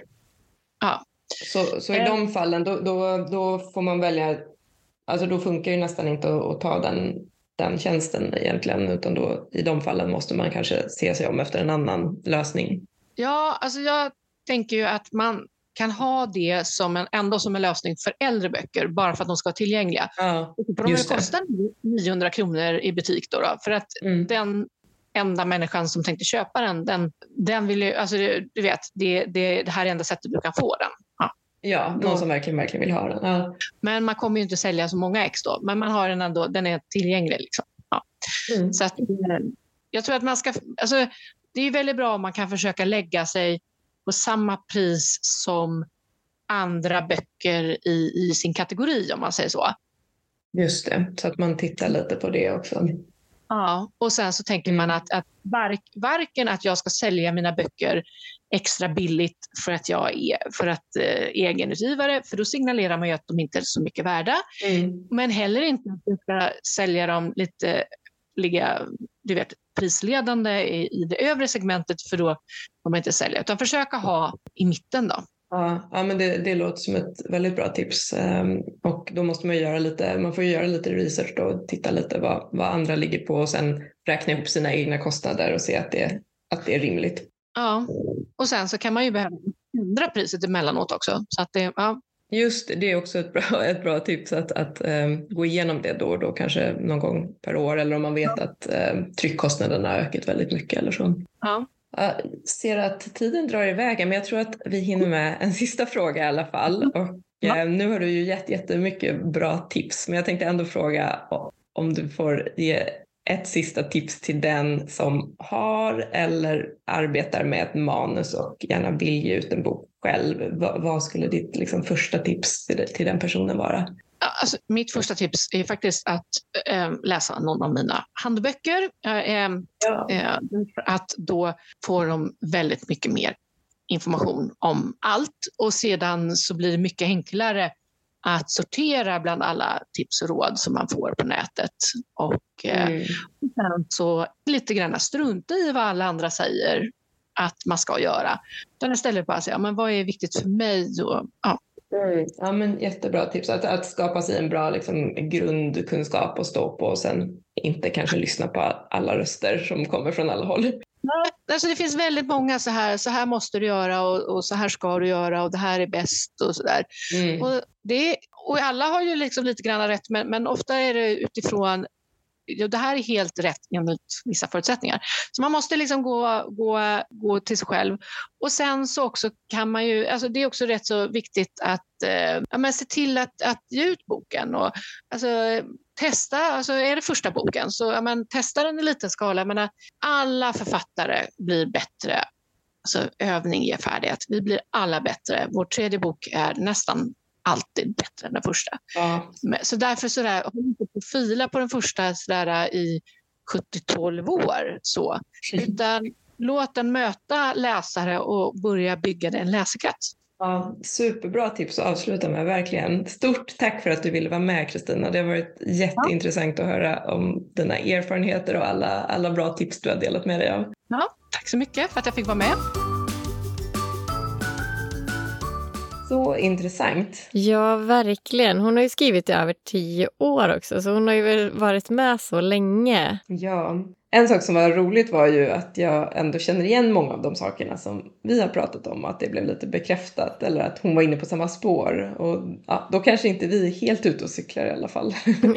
Ja. Så, så i eh. de fallen, då, då, då får man välja, alltså då funkar ju nästan inte att, att ta den, den tjänsten egentligen, utan då i de fallen måste man kanske se sig om efter en annan lösning. Ja, alltså jag tänker ju att man kan ha det som en, ändå som en lösning för äldre böcker, bara för att de ska vara tillgängliga. Ja, för de kostar niohundra kronor i butik då, då för att mm. den enda människan som tänkte köpa den, den, den vill ju, alltså du vet, det, det, det här är enda sättet du kan få den. Ja, ja någon då, som verkligen, verkligen vill ha den. Ja. Men man kommer ju inte sälja så många ex då, men man har den ändå, den är tillgänglig liksom. Ja. Mm. Så att, jag tror att man ska, alltså det är väldigt bra om man kan försöka lägga sig på samma pris som andra böcker i, i sin kategori, om man säger så. Just det, så att man tittar lite på det också. Ja, och sen så tänker man att, att vark, varken att jag ska sälja mina böcker extra billigt för att jag är för att eh, egenutgivare, för då signalerar man ju att de inte är så mycket värda. Mm. Men heller inte att jag ska sälja dem lite, ligga, du vet, prisledande i, i det övre segmentet, för då får man inte sälja, utan försöka ha i mitten då. Ja, ja men det, det låter som ett väldigt bra tips. Um, och då måste man göra lite, man får göra lite research då och titta lite vad, vad andra ligger på och sen räkna ihop sina egna kostnader och se att det, att det är rimligt. Ja, och sen så kan man ju behöva ändra priset emellanåt också. Så att det, ja. Just det, det är också ett bra, ett bra tips att, att um, gå igenom det då och då, kanske någon gång per år, eller om man vet ja. att um, tryckkostnaderna har ökat väldigt mycket eller så. Ja. Jag ser att tiden drar iväg, men jag tror att vi hinner med en sista fråga i alla fall. Och ja. Nu har du ju gett jättemycket bra tips, men jag tänkte ändå fråga om du får ge ett sista tips till den som har eller arbetar med ett manus och gärna vill ge ut en bok själv. Vad skulle ditt liksom, första tips till, till den personen vara? Alltså, mitt första tips är faktiskt att äh, läsa någon av mina handböcker. Äh, ja. äh, att då får de väldigt mycket mer information om allt. Och sedan så blir det mycket enklare att sortera bland alla tips och råd som man får på nätet. Och, mm. äh, och sen så lite grann strunta i vad alla andra säger att man ska göra. Utan istället bara säga, men vad är viktigt för mig? Och, ja. Mm. Ja, men jättebra tips. Att, att skapa sig en bra liksom, grundkunskap att stå på och sen inte kanske lyssna på alla röster som kommer från alla håll. Ja, alltså det finns väldigt många så här, så här måste du göra och, och så här ska du göra och det här är bäst och sådär. Mm. Och, det, och alla har ju liksom lite grann rätt, men, men ofta är det utifrån ja, det här är helt rätt enligt vissa förutsättningar. Så man måste liksom gå, gå, gå till sig själv. Och sen så också kan man ju, alltså det är också rätt så viktigt att eh, ja, men se till att, att ge ut boken. Och, alltså, testa, alltså är det första boken så ja, men, testa den i liten skala. Men alla författare blir bättre. Alltså övning ger färdighet. Vi blir alla bättre. Vår tredje bok är nästan alltid bättre än den första. Ja. Så därför sådär, håll inte på att fila på den första sådär i sju till tolv år. Så. Utan låt den möta läsare och börja bygga en läsekrets. Ja, superbra tips att avsluta med, verkligen. Stort tack för att du ville vara med, Kristina. Det har varit jätteintressant ja. att höra om dina erfarenheter och alla, alla bra tips du har delat med dig av. Ja, tack så mycket för att jag fick vara med. Så intressant. Ja, verkligen. Hon har ju skrivit i över tio år också, så hon har ju varit med så länge. Ja, en sak som var roligt var ju att jag ändå känner igen många av de sakerna som vi har pratat om. Att det blev lite bekräftat eller att hon var inne på samma spår. Och ja, då kanske inte vi är helt ute och cyklar i alla fall.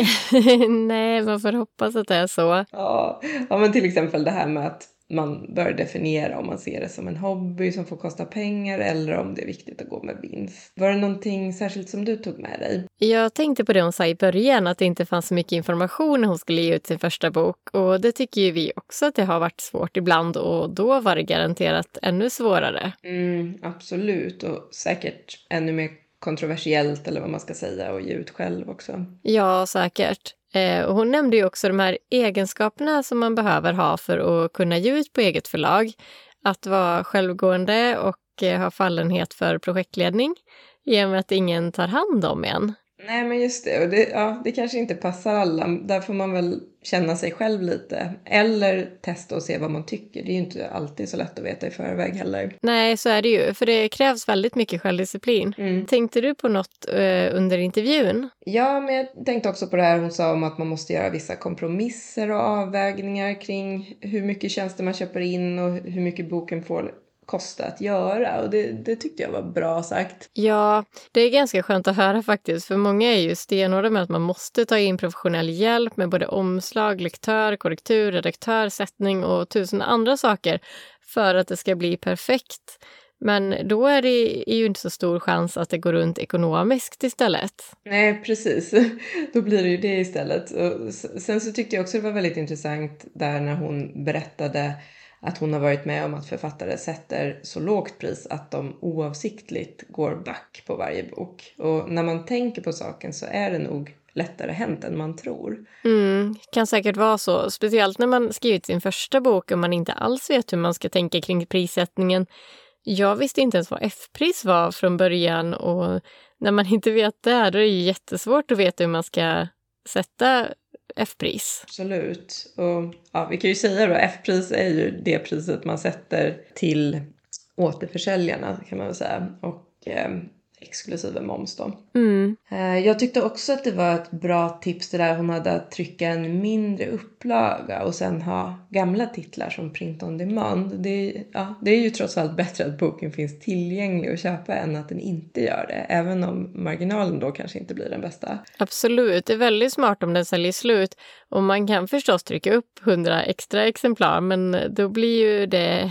Nej, man får hoppas att det är så. Ja, ja, men till exempel det här med att man bör definiera om man ser det som en hobby som får kosta pengar eller om det är viktigt att gå med vinst. Var det någonting särskilt som du tog med dig? Jag tänkte på det hon sa i början, att det inte fanns så mycket information när hon skulle ge ut sin första bok. Och det tycker ju vi också att det har varit svårt ibland, och då var det garanterat ännu svårare. Mm, absolut, och säkert ännu mer kontroversiellt eller vad man ska säga, och ge ut själv också. Ja, säkert. Eh, och hon nämnde ju också de här egenskaperna som man behöver ha för att kunna ge ut på eget förlag. Att vara självgående och eh, ha fallenhet för projektledning, i och med att ingen tar hand om en. Nej, men just det. Och det, ja, det kanske inte passar alla. Där får man väl känna sig själv lite. Eller testa och se vad man tycker. Det är ju inte alltid så lätt att veta i förväg heller. Nej, så är det ju. För det krävs väldigt mycket självdisciplin. Mm. Tänkte du på något eh, under intervjun? Ja, men jag tänkte också på det här hon sa om att man måste göra vissa kompromisser och avvägningar kring hur mycket tjänster man köper in och hur mycket boken får kosta att göra, och det, det tyckte jag var bra sagt. Ja, det är ganska skönt att höra faktiskt, för många är ju stenhårda med att man måste ta in professionell hjälp med både omslag, lektör, korrektur, redaktör, sättning och tusen andra saker för att det ska bli perfekt. Men då är det är ju inte så stor chans att det går runt ekonomiskt istället. Nej, precis. Då blir det ju det istället. Och sen så tyckte jag också det var väldigt intressant där när hon berättade att hon har varit med om att författare sätter så lågt pris att de oavsiktligt går back på varje bok. Och när man tänker på saken så är det nog lättare hänt än man tror. Mm, kan säkert vara så. Speciellt när man skrivit sin första bok och man inte alls vet hur man ska tänka kring prissättningen. Jag visste inte ens vad F-pris var från början, och när man inte vet det, då är det ju jättesvårt att veta hur man ska sätta F-pris. Absolut. Och ja, vi kan ju säga då, F-pris är ju det priset man sätter till återförsäljarna, kan man väl säga. Och eh, exklusive moms då. Mm. Eh, jag tyckte också att det var ett bra tips det där hon hade att trycka en mindre upplaga och sen ha gamla titlar som print on demand. Det, ja, det är ju trots allt bättre att boken finns tillgänglig att köpa än att den inte gör det. Även om marginalen då kanske inte blir den bästa. Absolut, det är väldigt smart om den säljer slut. Och man kan förstås trycka upp hundra extra exemplar, men då blir ju det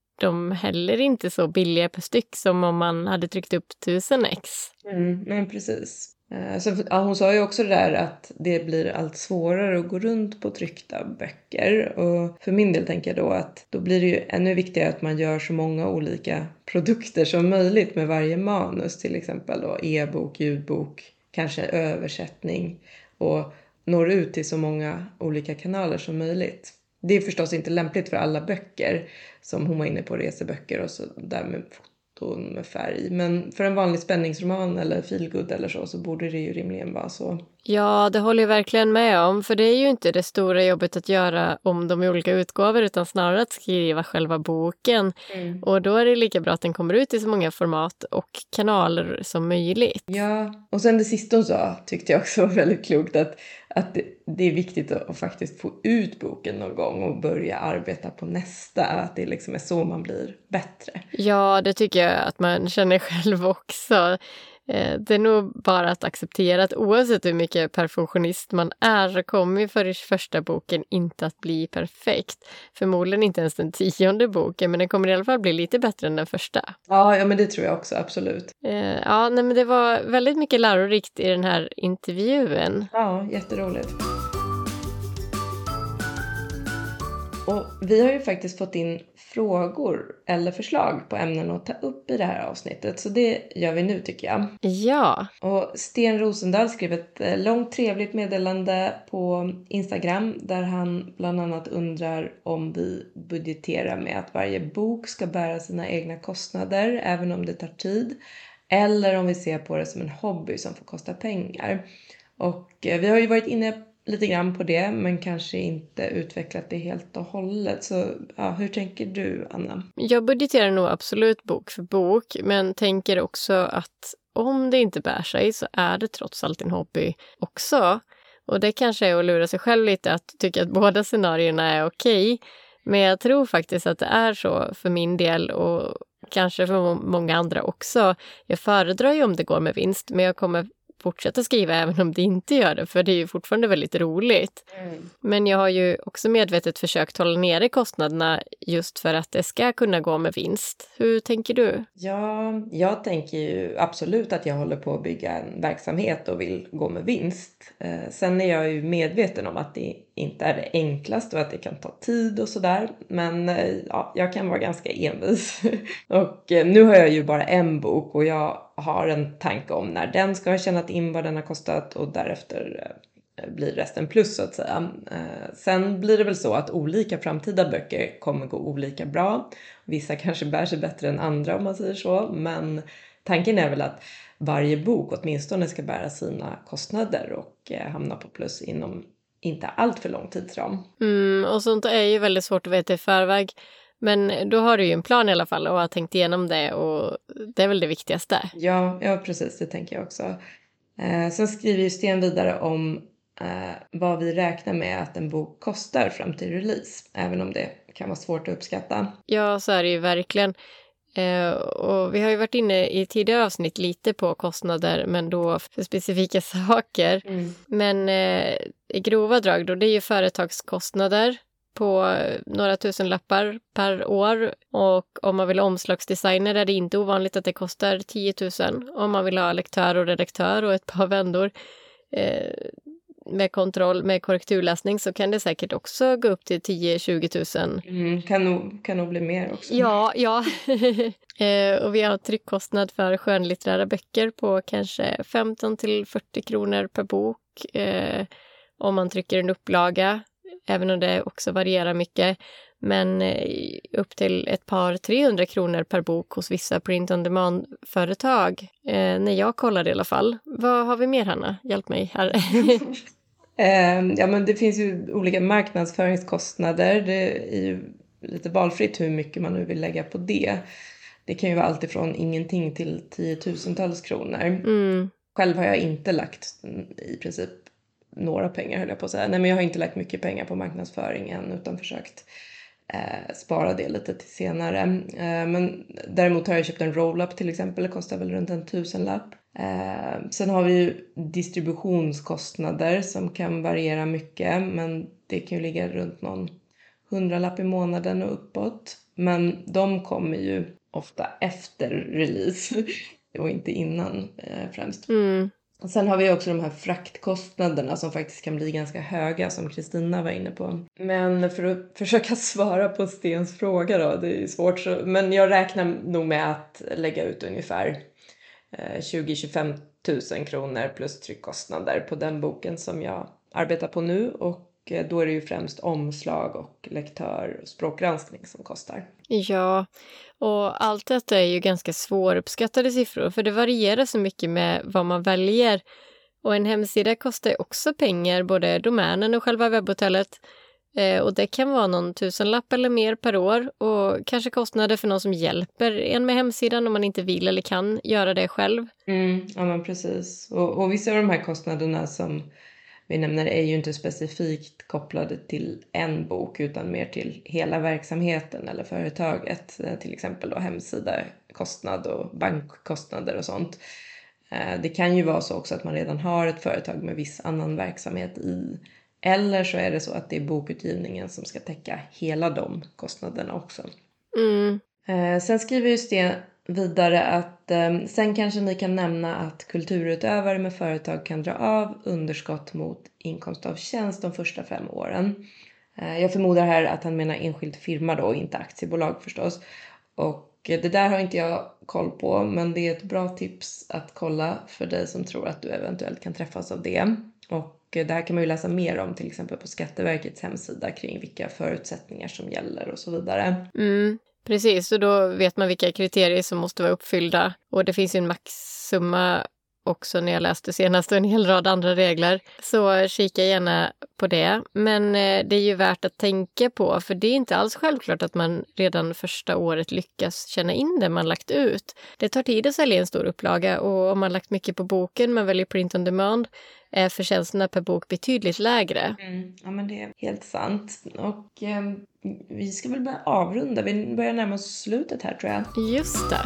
de heller inte så billiga per styck som om man hade tryckt upp tusen ex. Mm, men precis. Så, ja, hon sa ju också det där att det blir allt svårare att gå runt på tryckta böcker. Och för min del tänker jag då att då blir det ju ännu viktigare att man gör så många olika produkter som möjligt med varje manus. Till exempel då e-bok, ljudbok, kanske översättning. Och når ut till så många olika kanaler som möjligt. Det är förstås inte lämpligt för alla böcker, som hon var inne på, reseböcker och så där med foton med färg. Men för en vanlig spänningsroman eller feelgood eller så, så borde det ju rimligen vara så. Ja, det håller jag verkligen med om. För det är ju inte det stora jobbet att göra om de olika utgåvor, utan snarare att skriva själva boken. Mm. Och då är det lika bra att den kommer ut i så många format och kanaler som möjligt. Ja, och sen det sista hon sa tyckte jag också var väldigt klokt. Att, att det, det är viktigt att, att faktiskt få ut boken någon gång och börja arbeta på nästa. Att det liksom är så man blir bättre. Ja, det tycker jag att man känner själv också. Eh, det är nog bara att acceptera att oavsett hur mycket perfektionist man är så kommer ju för första boken inte att bli perfekt. Förmodligen inte ens den tionde boken, men den kommer i alla fall bli lite bättre än den första. Ja, ja men det tror jag också, absolut. Eh, ja, nej, men det var väldigt mycket lärorikt i den här intervjun. Ja, jätteroligt. Och vi har ju faktiskt fått in frågor eller förslag på ämnen att ta upp i det här avsnittet. Så det gör vi nu tycker jag. Ja. Och Sten Rosendahl skrev ett långt trevligt meddelande på Instagram. Där han bland annat undrar om vi budgeterar med att varje bok ska bära sina egna kostnader. Även om det tar tid. Eller om vi ser på det som en hobby som får kosta pengar. Och vi har ju varit inne lite grann på det, men kanske inte utvecklat det helt och hållet. Så ja, hur tänker du, Anna? Jag budgeterar nog absolut bok för bok, men tänker också att om det inte bär sig så är det trots allt en hobby också. Och det kanske är att lura sig själv lite att tycka att båda scenarierna är okej. Men jag tror faktiskt att det är så för min del och kanske för många andra också. Jag föredrar ju om det går med vinst, men jag kommer fortsätta skriva även om det inte gör det, för det är ju fortfarande väldigt roligt. Mm. Men jag har ju också medvetet försökt hålla nere kostnaderna just för att det ska kunna gå med vinst. Hur tänker du? Ja, jag tänker ju absolut att jag håller på att bygga en verksamhet och vill gå med vinst. Eh, sen är jag ju medveten om att det inte är det enklaste och att det kan ta tid och sådär. Men eh, ja, jag kan vara ganska envis. och eh, nu har jag ju bara en bok och jag har en tanke om när den ska ha tjänat in vad den har kostat och därefter eh, blir resten plus så att säga. Eh, sen blir det väl så att olika framtida böcker kommer gå olika bra. Vissa kanske bär sig bättre än andra om man säger så. Men tanken är väl att varje bok åtminstone ska bära sina kostnader och eh, hamna på plus inom inte allt för lång tidsram. Mm, och sånt är ju väldigt svårt att veta i förväg. Men då har du ju en plan i alla fall och har tänkt igenom det och det är väl det viktigaste. Ja, ja precis, det tänker jag också. Eh, sen skriver ju Sten vidare om eh, vad vi räknar med att en bok kostar fram till release. Även om det kan vara svårt att uppskatta. Ja, så är det ju verkligen. Eh, och vi har ju varit inne i tidigare avsnitt lite på kostnader, men då för specifika saker. Mm. Men eh, i grova drag då, det är ju företagskostnader på några tusen lappar per år. Och om man vill ha omslagsdesigner är det inte ovanligt att det kostar tio tusen. Om man vill ha lektör och redaktör och ett par vändor eh, med kontroll, med korrekturläsning så kan det säkert också gå upp till tio till tjugo tusen. Mm, kan, nog, kan nog bli mer också. Ja, ja. eh, och vi har tryckkostnad för skönlitterära böcker på kanske femton till fyrtio kronor per bok. Eh, om man trycker en upplaga. Även om det också varierar mycket. Men eh, upp till ett par trehundra kronor per bok hos vissa print-on-demand-företag. Eh, när jag kollade i alla fall. Vad har vi mer, Hanna? Hjälp mig här. eh, ja, men det finns ju olika marknadsföringskostnader. Det är ju lite valfritt hur mycket man nu vill lägga på det. Det kan ju vara allt ifrån ingenting till tiotusentals kronor. Mm. Själv har jag inte lagt i princip några pengar höll jag på att säga. Nej, men jag har inte lagt mycket pengar på marknadsföring än utan försökt eh, spara det lite till senare. Eh, men däremot har jag köpt en roll-up till exempel. Det kostar väl runt en tusenlapp. Eh, sen har vi ju distributionskostnader som kan variera mycket. Men det kan ju ligga runt någon hundralapp i månaden och uppåt. Men de kommer ju ofta efter release och inte innan eh, främst. Mm. Sen har vi också de här fraktkostnaderna som faktiskt kan bli ganska höga som Kristina var inne på. Men för att försöka svara på Stens fråga då, det är svårt. Så, men jag räknar nog med att lägga ut ungefär tjugo till tjugofem tusen kronor plus tryckkostnader på den boken som jag arbetar på nu. Och då är det ju främst omslag och lektör och språkgranskning som kostar. Ja, och allt detta är ju ganska svåruppskattade siffror för det varierar så mycket med vad man väljer. Och en hemsida kostar också pengar, både domänen och själva webbhotellet. Eh, och det kan vara någon tusenlapp eller mer per år och kanske kostnader för någon som hjälper en med hemsidan om man inte vill eller kan göra det själv. Mm, ja men precis. Och, och vissa av de här kostnaderna som vi nämner är ju inte specifikt kopplade till en bok utan mer till hela verksamheten eller företaget. Till exempel då hemsida, kostnad och bankkostnader och sånt. Det kan ju vara så också att man redan har ett företag med viss annan verksamhet i. Eller så är det så att det är bokutgivningen som ska täcka hela de kostnaderna också. Mm. Sen skriver ju Sten vidare att sen kanske ni kan nämna att kulturutövare med företag kan dra av underskott mot inkomst av tjänst de första fem åren. Jag förmodar här att han menar enskild firma då, inte aktiebolag förstås. Och det där har inte jag koll på, men det är ett bra tips att kolla för dig som tror att du eventuellt kan träffas av det. Och det här kan man ju läsa mer om till exempel på Skatteverkets hemsida kring vilka förutsättningar som gäller och så vidare. Mm. Precis, och då vet man vilka kriterier som måste vara uppfyllda. Och det finns ju en maxsumma också när jag läste senast och en hel rad andra regler. Så kika gärna på det. Men eh, det är ju värt att tänka på, för det är inte alls självklart att man redan första året lyckas känna in det man lagt ut. Det tar tid att sälja en stor upplaga, och om man lagt mycket på boken, man väljer print on demand, är förtjänsterna per bok betydligt lägre. Mm, ja, men det är helt sant. Och eh, vi ska väl börja avrunda. Vi börjar närma oss slutet här, tror jag. Just det.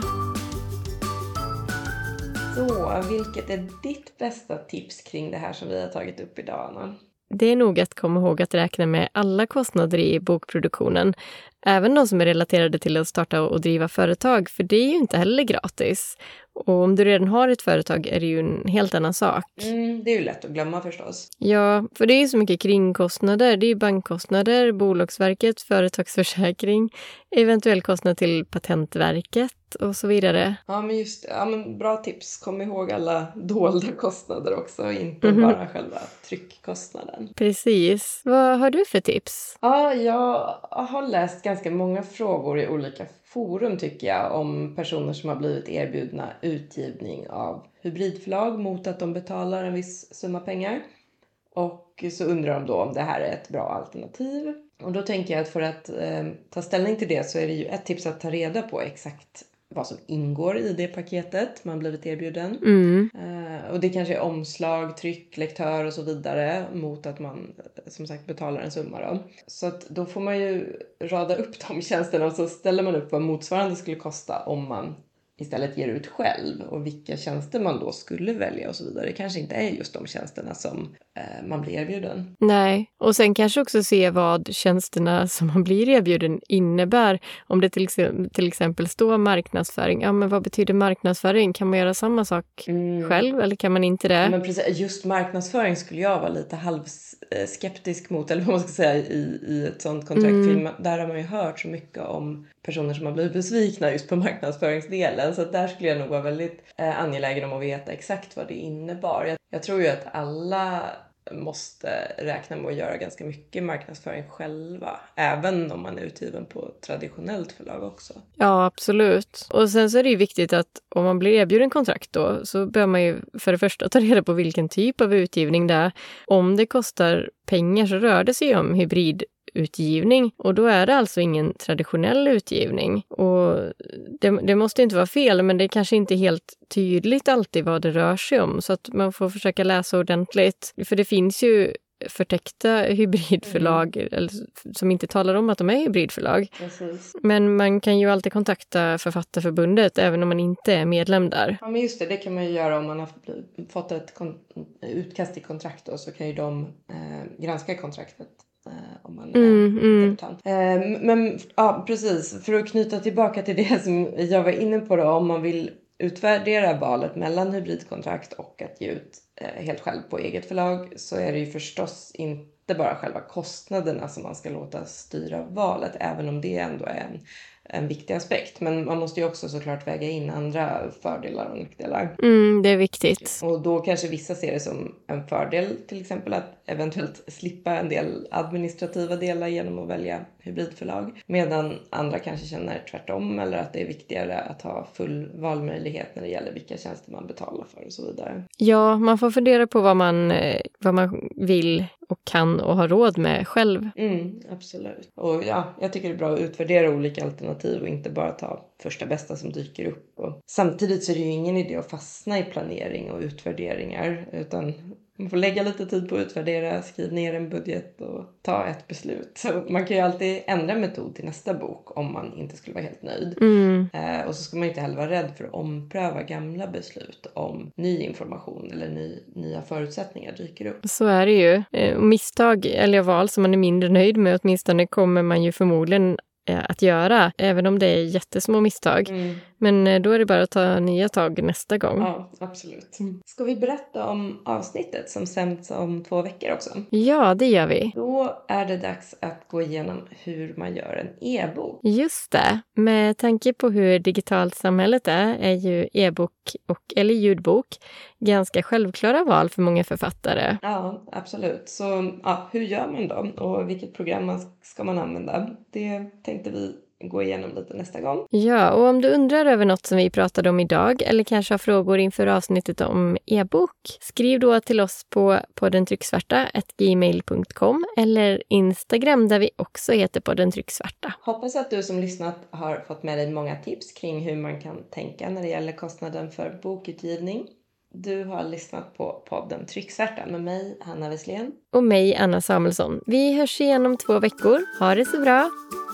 Så, vilket är ditt bästa tips kring det här som vi har tagit upp idag, Anna? Det är nog att komma ihåg att räkna med alla kostnader i bokproduktionen. Även de som är relaterade till att starta och driva företag, för det är ju inte heller gratis. Och om du redan har ett företag är det ju en helt annan sak. Mm, det är ju lätt att glömma förstås. Ja, för det är ju så mycket kringkostnader. Det är ju bankkostnader, Bolagsverket, företagsförsäkring, eventuell kostnad till Patentverket och så vidare. Ja, men just ja, men bra tips. Kom ihåg alla dolda kostnader också, inte Mhm. bara själva tryckkostnaden. Precis. Vad har du för tips? Ja, jag har läst ganska många frågor i olika forum tycker jag om personer som har blivit erbjudna utgivning av hybridförlag mot att de betalar en viss summa pengar. Och så undrar de då om det här är ett bra alternativ. Och då tänker jag att för att eh, ta ställning till det så är det ju ett tips att ta reda på exakt vad som ingår i det paketet man blivit erbjuden. Mm. Eh, och det kanske är omslag, tryck, lektör och så vidare mot att man som sagt betalar en summa då. Så att då får man ju rada upp de tjänsterna och så ställer man upp vad motsvarande skulle kosta om man istället ger ut själv och vilka tjänster man då skulle välja och så vidare. Det kanske inte är just de tjänsterna som eh, man blir erbjuden. Nej, och sen kanske också se vad tjänsterna som man blir erbjuden innebär. Om det till exempel, till exempel står marknadsföring, ja men vad betyder marknadsföring? Kan man göra samma sak Mm. själv eller kan man inte det? Men precis, just marknadsföring skulle jag vara lite halvskeptisk mot, eller vad man ska säga, i, i ett sånt kontrakt. Mm. För där har man ju hört så mycket om personer som har blivit besvikna just på marknadsföringsdelen. Så att där skulle jag nog vara väldigt eh, angelägen om att veta exakt vad det innebar. Jag, jag tror ju att alla måste räkna med att göra ganska mycket marknadsföring själva. Även om man är utgiven på traditionellt förlag också. Ja, absolut. Och sen så är det ju viktigt att om man blir erbjuden kontrakt då så bör man ju för det första ta reda på vilken typ av utgivning det är. Om det kostar pengar så rör det sig om hybridutgivning och då är det alltså ingen traditionell utgivning. Och det, det måste inte vara fel, men det är kanske inte helt tydligt alltid vad det rör sig om, så att man får försöka läsa ordentligt. För det finns ju förtäckta hybridförlag mm. eller, som inte talar om att de är hybridförlag. Precis. Men man kan ju alltid kontakta Författarförbundet även om man inte är medlem där. Ja, men just det, det kan man ju göra om man har fått ett kon- utkast i kontrakt då, så kan ju de eh, granska kontraktet. Om man är mm, mm. debutant. Eh, men ja, precis. För att knyta tillbaka till det som jag var inne på då. Om man vill utvärdera valet mellan hybridkontrakt och att ge ut eh, helt själv på eget förlag. Så är det ju förstås inte bara själva kostnaderna som man ska låta styra valet. Även om det ändå är en, en viktig aspekt. Men man måste ju också såklart väga in andra fördelar och nackdelar. Mm, det är viktigt. Och då kanske vissa ser det som en fördel till exempel att eventuellt slippa en del administrativa delar genom att välja hybridförlag. Medan andra kanske känner tvärtom eller att det är viktigare att ha full valmöjlighet när det gäller vilka tjänster man betalar för och så vidare. Ja, man får fundera på vad man, vad man vill och kan och har råd med själv. Mm, absolut. Och ja, jag tycker det är bra att utvärdera olika alternativ och inte bara ta första bästa som dyker upp. Och samtidigt så är det ju ingen idé att fastna i planering och utvärderingar, utan Man får lägga lite tid på att utvärdera, skriva ner en budget och ta ett beslut. Så man kan ju alltid ändra metod till nästa bok om man inte skulle vara helt nöjd. Mm. Eh, och så ska man inte heller vara rädd för att ompröva gamla beslut om ny information eller ny, nya förutsättningar dyker upp. Så är det ju. Eh, misstag eller val som man är mindre nöjd med åtminstone kommer man ju förmodligen att göra, även om det är jättesmå misstag. Mm. Men då är det bara att ta nya tag nästa gång. Ja, absolut. Ska vi berätta om avsnittet som sänds om två veckor också? Ja, det gör vi. Då är det dags att gå igenom hur man gör en e-bok. Just det. Med tanke på hur digitalt samhället är, är ju e-bok och eller ljudbok ganska självklara val för många författare. Ja, absolut. Så ja, hur gör man då? Och vilket program man ska man använda? Det tänkte vi gå igenom lite nästa gång. Ja, och om du undrar över något som vi pratade om idag eller kanske har frågor inför avsnittet om e-bok, skriv då till oss på podden trycksvarta at gmail punkt com eller Instagram där vi också heter podden trycksvarta. Hoppas att du som lyssnat har fått med dig många tips kring hur man kan tänka när det gäller kostnaden för bokutgivning. Du har lyssnat på podden Trycksvarta med mig, Hanna Wesslén. Och mig, Anna Samuelsson. Vi hörs igen om två veckor. Ha det så bra!